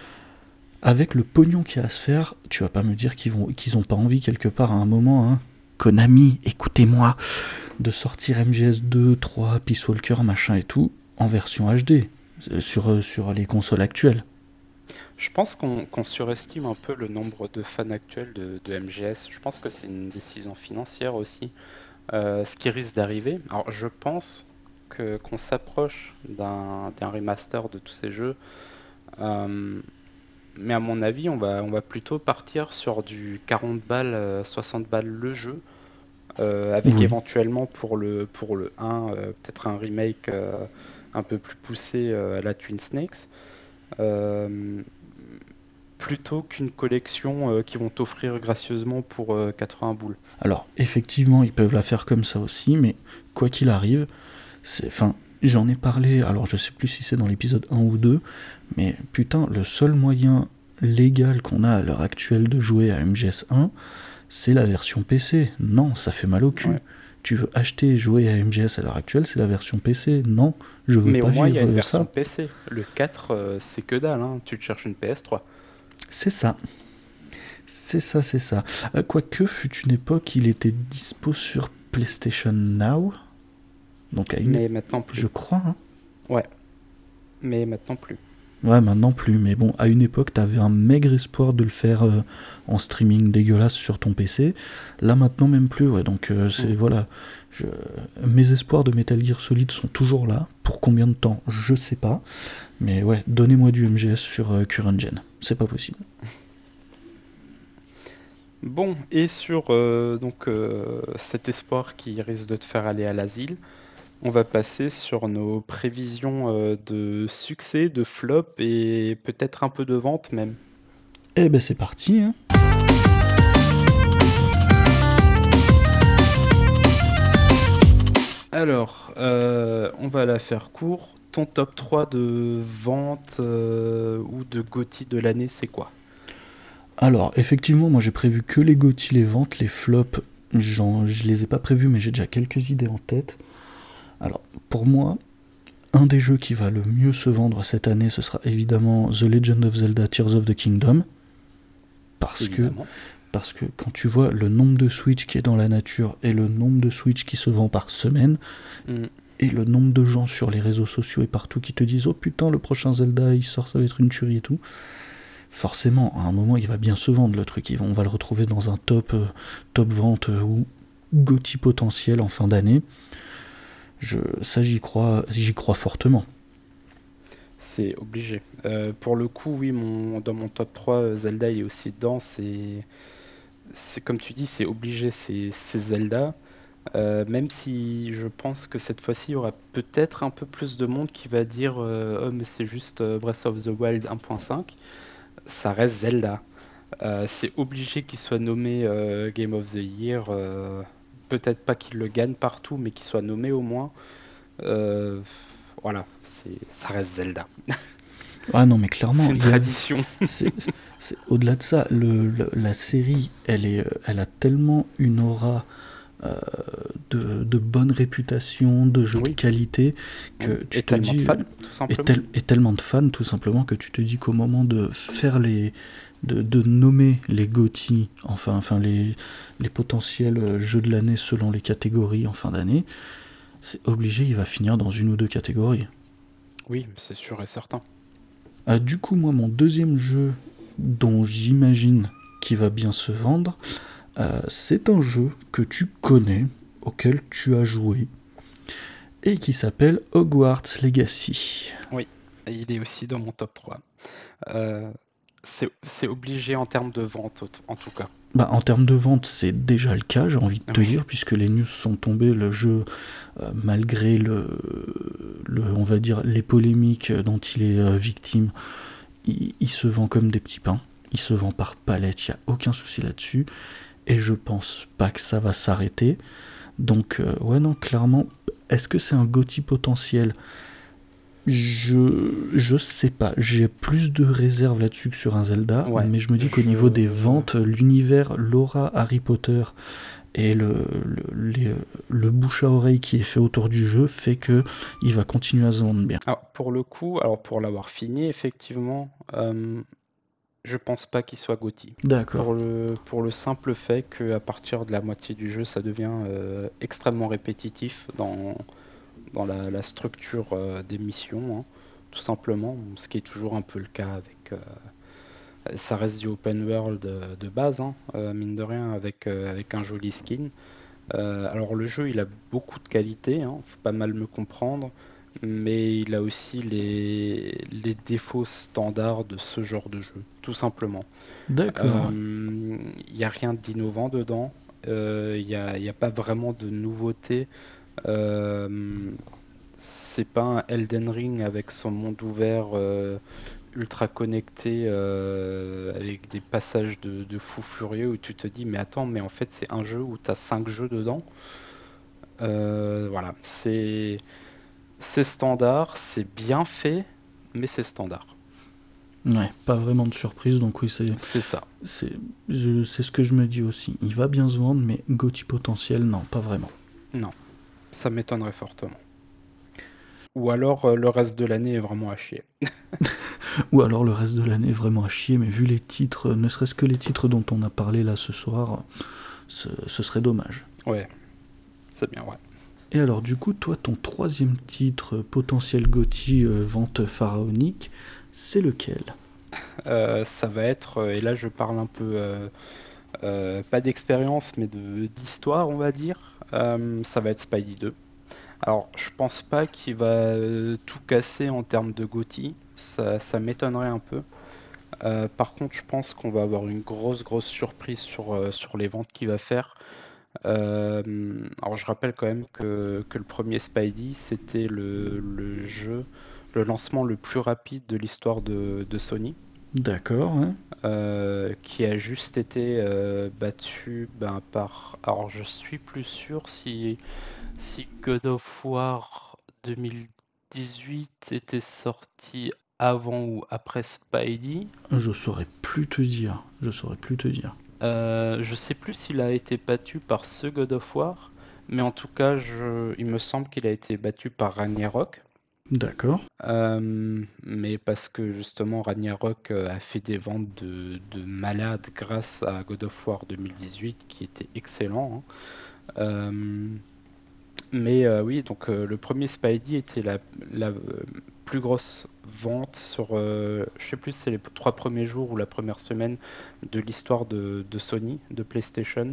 Avec le pognon qu'il y a à se faire, tu vas pas me dire qu'ils vont, qu'ils ont pas envie quelque part à un moment, hein. Konami, écoutez-moi, de sortir M G S deux, trois, Peace Walker, machin et tout, en version H D, euh, sur, euh, sur les consoles actuelles. Je pense qu'on qu'on surestime un peu le nombre de fans actuels de, de M G S. Je pense que c'est une décision financière aussi. Euh, ce qui risque d'arriver. Alors, je pense que qu'on s'approche d'un d'un remaster de tous ces jeux. Euh, mais à mon avis, on va, on va plutôt partir sur du quarante balles, euh, soixante balles le jeu. Euh, avec Oui. éventuellement pour le, pour le un, euh, peut-être un remake euh, un peu plus poussé euh, à la Twin Snakes. Euh, Plutôt qu'une collection euh, qui vont t'offrir gracieusement pour euh, quatre-vingts boules. Alors, effectivement, ils peuvent la faire comme ça aussi, mais quoi qu'il arrive, c'est, enfin, j'en ai parlé, alors je sais plus si c'est dans l'épisode un ou deux, mais putain, le seul moyen légal qu'on a à l'heure actuelle de jouer à M G S un, c'est la version P C. Non, ça fait mal au cul. Ouais. Tu veux acheter et jouer à M G S à l'heure actuelle, c'est la version P C. Non, je veux Mais au pas moins, il y a vivre une euh, version ça. P C. Le quatre, euh, c'est que dalle, hein. Tu te cherches une P S trois. C'est ça. C'est ça, c'est ça. Euh, Quoique, fut une époque, il était dispo sur PlayStation Now. Donc à une époque, Mais maintenant je plus. crois, hein. Ouais, mais maintenant plus. Ouais, maintenant plus, mais bon, à une époque, t'avais un maigre espoir de le faire euh, en streaming dégueulasse sur ton P C. Là, maintenant, même plus, ouais, donc euh, c'est, Mm. voilà. Je... Mes espoirs de Metal Gear Solid sont toujours là. Pour combien de temps, je sais pas. Mais ouais, donnez-moi du M G S sur euh, Current Gen. C'est pas possible. Bon, et sur euh, donc euh, cet espoir qui risque de te faire aller à l'asile, on va passer sur nos prévisions euh, de succès, de flop et peut-être un peu de vente même. Eh ben, c'est parti, hein. Alors, euh, on va la faire court. Ton top trois de vente euh, ou de G O T Y de l'année, c'est quoi? Alors, effectivement, moi j'ai prévu que les G O T Y, les ventes, les flops, j'en, je les ai pas prévus, mais j'ai déjà quelques idées en tête. Alors, pour moi, un des jeux qui va le mieux se vendre cette année, ce sera évidemment The Legend of Zelda Tears of the Kingdom. Parce que, Évidemment. parce que quand tu vois le nombre de Switch qui est dans la nature et le nombre de Switch qui se vend par semaine, Mm. et le nombre de gens sur les réseaux sociaux et partout qui te disent oh putain, le prochain Zelda il sort, ça va être une tuerie et tout, forcément, à un moment, il va bien se vendre le truc. On va le retrouver dans un top, euh, top vente euh, ou G O T Y potentiel en fin d'année. Je, ça, j'y crois, j'y crois fortement. C'est obligé. Euh, pour le coup, oui, mon, dans mon top trois, euh, Zelda il est aussi dedans. C'est, c'est comme tu dis, c'est obligé, c'est c'est Zelda. Euh, même si je pense que cette fois-ci, il y aura peut-être un peu plus de monde qui va dire euh, oh, mais c'est juste euh, Breath of the Wild un point cinq. Ça reste Zelda. Euh, c'est obligé qu'il soit nommé euh, Game of the Year. euh, peut-être pas qu'il le gagne partout, mais qu'il soit nommé au moins. Euh, voilà, c'est, ça reste Zelda. Ah non, mais C'est clairement, une il y a, tradition. c'est, c'est- au-delà de ça, le, le- la série, elle, est, euh, elle a tellement une aura euh, de, de bonne réputation, de jeux de Oui, qualité, oui. que Et tu te tellement de dis, fans, tout et, simplement. tel- et tellement de fans tout simplement, que tu te dis qu'au moment de faire les, de, de nommer les G O T Y, enfin, enfin les, les potentiels euh, jeux de l'année selon les catégories en fin d'année, c'est obligé, il va finir dans une ou deux catégories. Oui, c'est sûr et certain. Euh, du coup, moi, mon deuxième jeu dont j'imagine qu'il va bien se vendre, euh, c'est un jeu que tu connais, auquel tu as joué, et qui s'appelle Hogwarts Legacy. Oui, et il est aussi dans mon top trois. Euh, c'est c'est obligé en termes de vente, en tout cas. Bah, en termes de vente, c'est déjà le cas, j'ai envie de te Oui, dire, puisque les news sont tombées, le jeu, euh, malgré le, le, on va dire, les polémiques dont il est euh, victime, il, il se vend comme des petits pains. Il se vend par palette, il n'y a aucun souci là-dessus. Et je pense pas que ça va s'arrêter. Donc, euh, ouais, non, clairement, est-ce que c'est un G O T Y potentiel? Je, je sais pas, j'ai plus de réserves là-dessus que sur un Zelda, ouais. mais je me dis qu'au niveau des Je... ventes, l'univers, l'aura Harry Potter et le, le, les- le bouche à oreille qui est fait autour du jeu fait que il va continuer à se vendre bien. Alors, pour le coup, alors pour l'avoir fini, effectivement, euh, je pense pas qu'il soit G O T Y. D'accord. Pour le, pour le simple fait qu'à partir de la moitié du jeu, ça devient euh, extrêmement répétitif dans, dans la, la structure euh, des missions, hein, tout simplement, ce qui est toujours un peu le cas avec... euh, ça reste du open world euh, de base, hein, euh, mine de rien, avec, euh, avec un joli skin. Euh, alors le jeu, il a beaucoup de qualités, hein, faut pas mal me comprendre, mais il a aussi les, les défauts standards de ce genre de jeu, tout simplement. D'accord. Euh, Il n'y a rien d'innovant dedans, euh, il n'y a, il y a pas vraiment de nouveauté. Euh, c'est pas un Elden Ring avec son monde ouvert euh, ultra connecté euh, avec des passages de, de fou furieux où tu te dis mais attends mais en fait c'est un jeu où tu as cinq jeux dedans. Euh, voilà, c'est c'est standard, c'est bien fait, mais c'est standard. Ouais, pas vraiment de surprise, donc oui, c'est, C'est ça. c'est, je, c'est ce que je me dis aussi. Il va bien se vendre, mais G O T Y potentiel, non, pas vraiment. Non, ça m'étonnerait fortement. Ou alors euh, le reste de l'année est vraiment à chier. Ou alors le reste de l'année est vraiment à chier, mais vu les titres, ne serait-ce que les titres dont on a parlé là ce soir, ce, ce serait dommage. Ouais, c'est bien, ouais. Et alors du coup, toi, ton troisième titre potentiel G O T Y euh, vente pharaonique, c'est lequel? Euh, ça va être, euh, et là je parle un peu, euh, euh, pas d'expérience, mais de d'histoire, on va dire. Euh, ça va être Spidey deux. Alors, je pense pas qu'il va euh, tout casser en termes de G O T Y. Ça, ça m'étonnerait un peu. Euh, par contre, je pense qu'on va avoir une grosse, grosse surprise sur, euh, sur les ventes qu'il va faire. Euh, alors, je rappelle quand même que, que le premier Spidey, c'était le, le jeu, le lancement le plus rapide de l'histoire de, de Sony, D'accord, hein. euh, qui a juste été euh, battu ben, par. Alors, je suis plus sûr si Si God of War deux mille dix-huit était sorti avant ou après Spidey, Je saurais plus te dire. Je saurais plus te dire. euh, je sais plus s'il a été battu par ce God of War, mais en tout cas, je, il me semble qu'il a été battu par Ragnarok. D'accord. Euh, mais parce que justement Ragnarok euh, a fait des ventes de, de malade grâce à God of War deux mille dix-huit qui était excellent, hein. Euh, mais euh, oui, donc euh, le premier Spidey était la, la, euh, plus grosse vente sur, euh, je sais plus si c'est les trois premiers jours ou la première semaine de l'histoire de, de Sony, de PlayStation.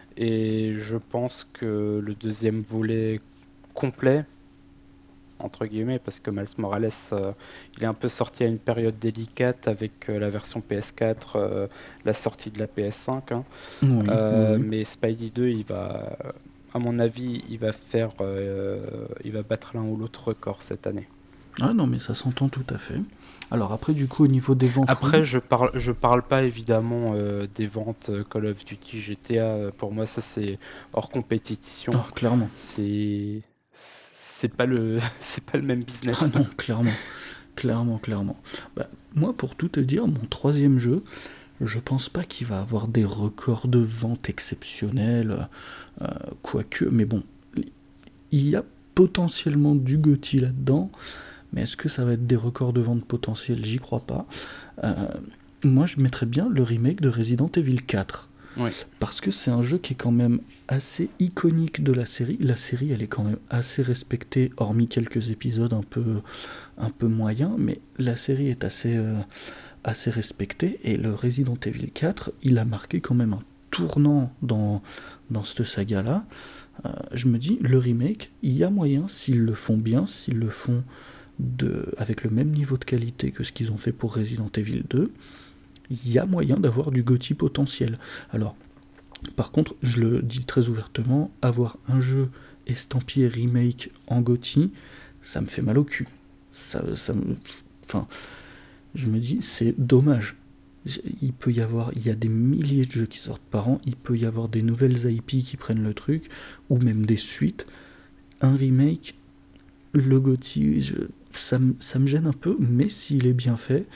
Et je pense que le deuxième volet complet, entre guillemets, parce que Miles Morales, euh, il est un peu sorti à une période délicate avec euh, la version P S quatre, euh, la sortie de la P S cinq, hein. Oui, oui, Euh, oui. mais Spidey deux, il va, à mon avis, il va faire, euh, il va battre l'un ou l'autre record cette année. Ah non, mais ça s'entend tout à fait. Alors après, du coup, au niveau des ventes, Après, oui. je parle, je parle pas évidemment euh, des ventes euh, Call of Duty, G T A. euh, Pour moi, ça c'est hors compétition. Ah, clairement. C'est, c'est pas le, c'est pas le même Ah business. non, clairement. Clairement, clairement. Bah, moi, pour tout te dire, mon troisième jeu, je pense pas qu'il va avoir des records de vente exceptionnels, euh, quoique, mais bon, il y a potentiellement du G O T Y là-dedans, mais est-ce que ça va être des records de vente potentiels? J'y crois pas. Euh, Moi, je mettrais bien le remake de Resident Evil quatre, Oui, parce que c'est un jeu qui est quand même assez iconique de la série. La série, elle est quand même assez respectée, hormis quelques épisodes un peu, un peu moyens, mais la série est assez, euh, assez respectée, et le Resident Evil quatre, il a marqué quand même un tournant dans, dans cette saga-là. Euh, je me dis, le remake, il y a moyen, s'ils le font bien, s'ils le font de, avec le même niveau de qualité que ce qu'ils ont fait pour Resident Evil deux, il y a moyen d'avoir du G O T Y potentiel. Alors, par contre, je le dis très ouvertement, avoir un jeu estampillé remake en G O T Y, ça me fait mal au cul. Ça, ça me, enfin, je me dis, c'est dommage. Il peut y avoir, il y a des milliers de jeux qui sortent par an, il peut y avoir des nouvelles I P qui prennent le truc, ou même des suites. Un remake, le G O T Y, je, ça, ça me gêne un peu, mais s'il est bien fait,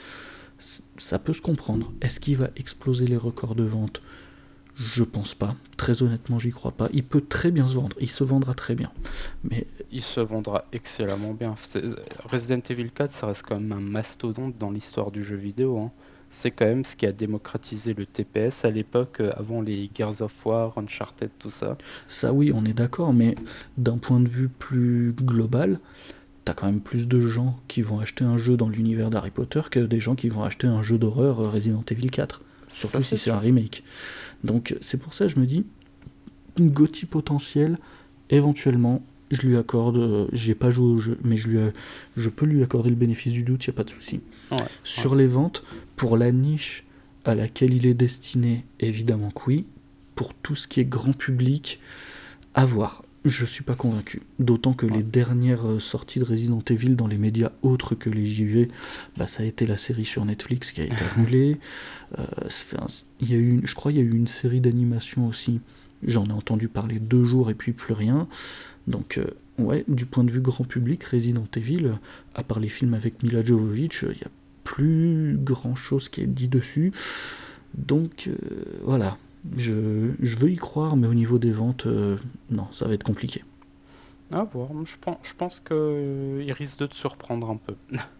ça peut se comprendre. Est-ce qu'il va exploser les records de vente? Je pense pas. Très honnêtement, j'y crois pas. Il peut très bien se vendre. Il se vendra très bien. Mais il se vendra excellemment bien. C'est- Resident Evil quatre, ça reste quand même un mastodonte dans l'histoire du jeu vidéo, hein. C'est quand même ce qui a démocratisé le T P S à l'époque, euh, avant les Gears of War, Uncharted, tout ça. ça, oui, on est d'accord. Mais d'un point de vue plus global, t'as quand même plus de gens qui vont acheter un jeu dans l'univers d'Harry Potter que des gens qui vont acheter un jeu d'horreur Resident Evil quatre. Ça, Surtout si c'est c'est un sûr. remake. Donc c'est pour ça que je me dis, une G O T Y potentielle, éventuellement, je lui accorde, euh, j'ai pas joué au jeu, mais je, lui, je peux lui accorder le bénéfice du doute, y a pas de souci. Ouais, ouais. Sur les ventes, pour la niche à laquelle il est destiné, évidemment que oui. Pour tout ce qui est grand public, à voir. Je suis pas convaincu. D'autant que Ouais. les dernières euh, sorties de Resident Evil dans les médias autres que les J V, bah, ça a été la série sur Netflix qui a été annulée. Euh, un, il y a eu une, je crois qu'il y a eu une série d'animation aussi. J'en ai entendu parler deux jours et puis plus rien. Donc, euh, ouais, du point de vue grand public, Resident Evil, à part les films avec Mila Jovovich, il n'y a plus grand chose qui est dit dessus. Donc, euh, voilà. Je, je veux y croire, mais au niveau des ventes, euh, non, ça va être compliqué. À voir. Je pense, je pense qu'il risque de te surprendre un peu.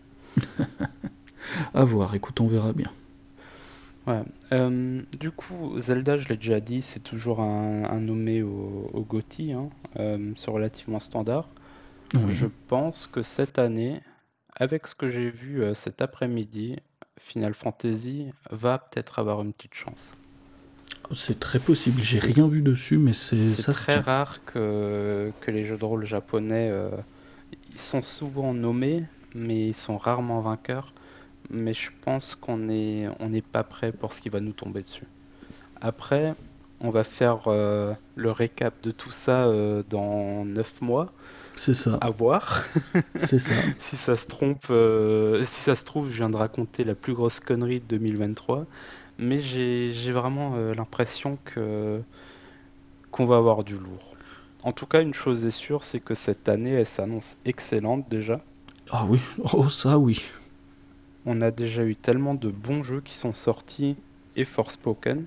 À voir, écoute, on verra bien. Ouais. Euh, du coup, Zelda, je l'ai déjà dit, c'est toujours un, un nommé au, au G O T Y, hein. Euh, c'est relativement standard. Je Oui, pense que cette année, avec ce que j'ai vu euh, cet après-midi, Final Fantasy va peut-être avoir une petite chance. c'est très possible. J'ai C'est rien vu dessus, mais c'est c'est ça se très tient. rare que, que les jeux de rôle japonais, euh, ils sont souvent nommés, mais ils sont rarement vainqueurs. Mais je pense qu'on est, on n'est pas prêt pour ce qui va nous tomber dessus. Après, on va faire euh, le récap de tout ça euh, dans neuf mois. C'est ça, À voir. c'est ça. Si ça se trompe, euh, si ça se trouve, je viens de raconter la plus grosse connerie de deux mille vingt-trois. Mais j'ai j'ai vraiment euh, l'impression que qu'on va avoir du lourd. En tout cas, une chose est sûre, c'est que cette année, elle s'annonce excellente déjà. Ah oui, oh ça oui. On a déjà eu tellement de bons jeux qui sont sortis et Forspoken.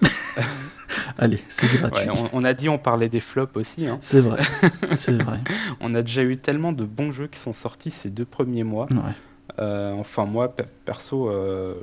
Allez, c'est Ouais, gratuit. on, on a dit on parlait des flops aussi, hein. C'est vrai, c'est vrai. On a déjà eu tellement de bons jeux qui sont sortis ces deux premiers mois. Ouais. Euh, enfin moi pe- perso, euh,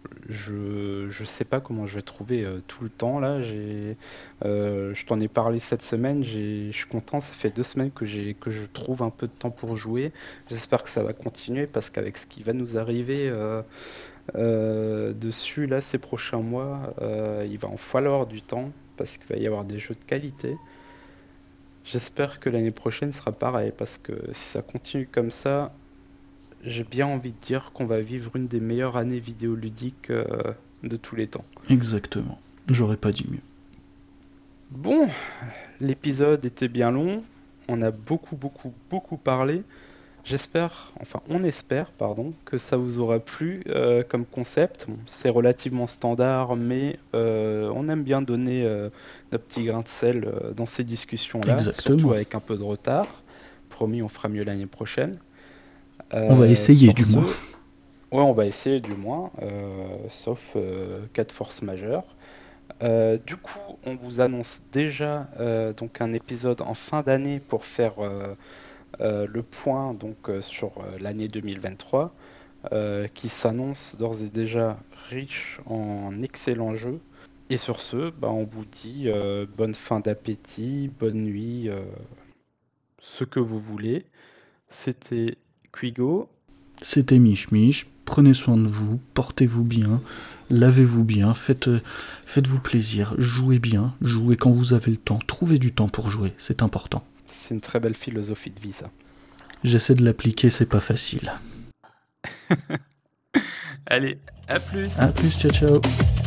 je je sais pas comment je vais trouver euh, tout le temps là. J'ai, euh, je t'en ai parlé cette semaine. J'ai, je suis content. Ça fait deux semaines que j'ai que je trouve un peu de temps pour jouer. J'espère que ça va continuer parce qu'avec ce qui va nous arriver euh, euh, dessus là ces prochains mois, euh, il va en falloir du temps parce qu'il va y avoir des jeux de qualité. J'espère que l'année prochaine sera pareil parce que si ça continue comme ça, j'ai bien envie de dire qu'on va vivre une des meilleures années vidéoludiques euh, de tous les temps. Exactement. J'aurais pas dit mieux. Bon, l'épisode était bien long. On a beaucoup, beaucoup, beaucoup parlé. J'espère, enfin on espère, pardon, que ça vous aura plu euh, comme concept. Bon, c'est relativement standard, mais euh, on aime bien donner euh, notre petit grain de sel euh, dans ces discussions-là, surtout Exactement. avec un peu de retard. Promis, on fera mieux l'année prochaine. On va Euh, essayer sur du moins. ce, ouais, on va essayer du moins, euh, sauf euh, cas de force majeure. Euh, du coup, on vous annonce déjà euh, donc un épisode en fin d'année pour faire euh, euh, le point donc euh, sur euh, l'année deux mille vingt-trois, euh, qui s'annonce d'ores et déjà riche en excellents jeux. Et sur ce, bah, on vous dit euh, bonne fin d'appétit, bonne nuit, euh, ce que vous voulez. C'était Quigo. C'était Mich Mich. Prenez soin de vous, portez-vous bien, lavez-vous bien, faites, euh, faites-vous plaisir, jouez bien, jouez quand vous avez le temps, trouvez du temps pour jouer, c'est important. C'est une très belle philosophie de vie, ça. J'essaie de l'appliquer, c'est pas facile. Allez, à plus! A plus, ciao ciao.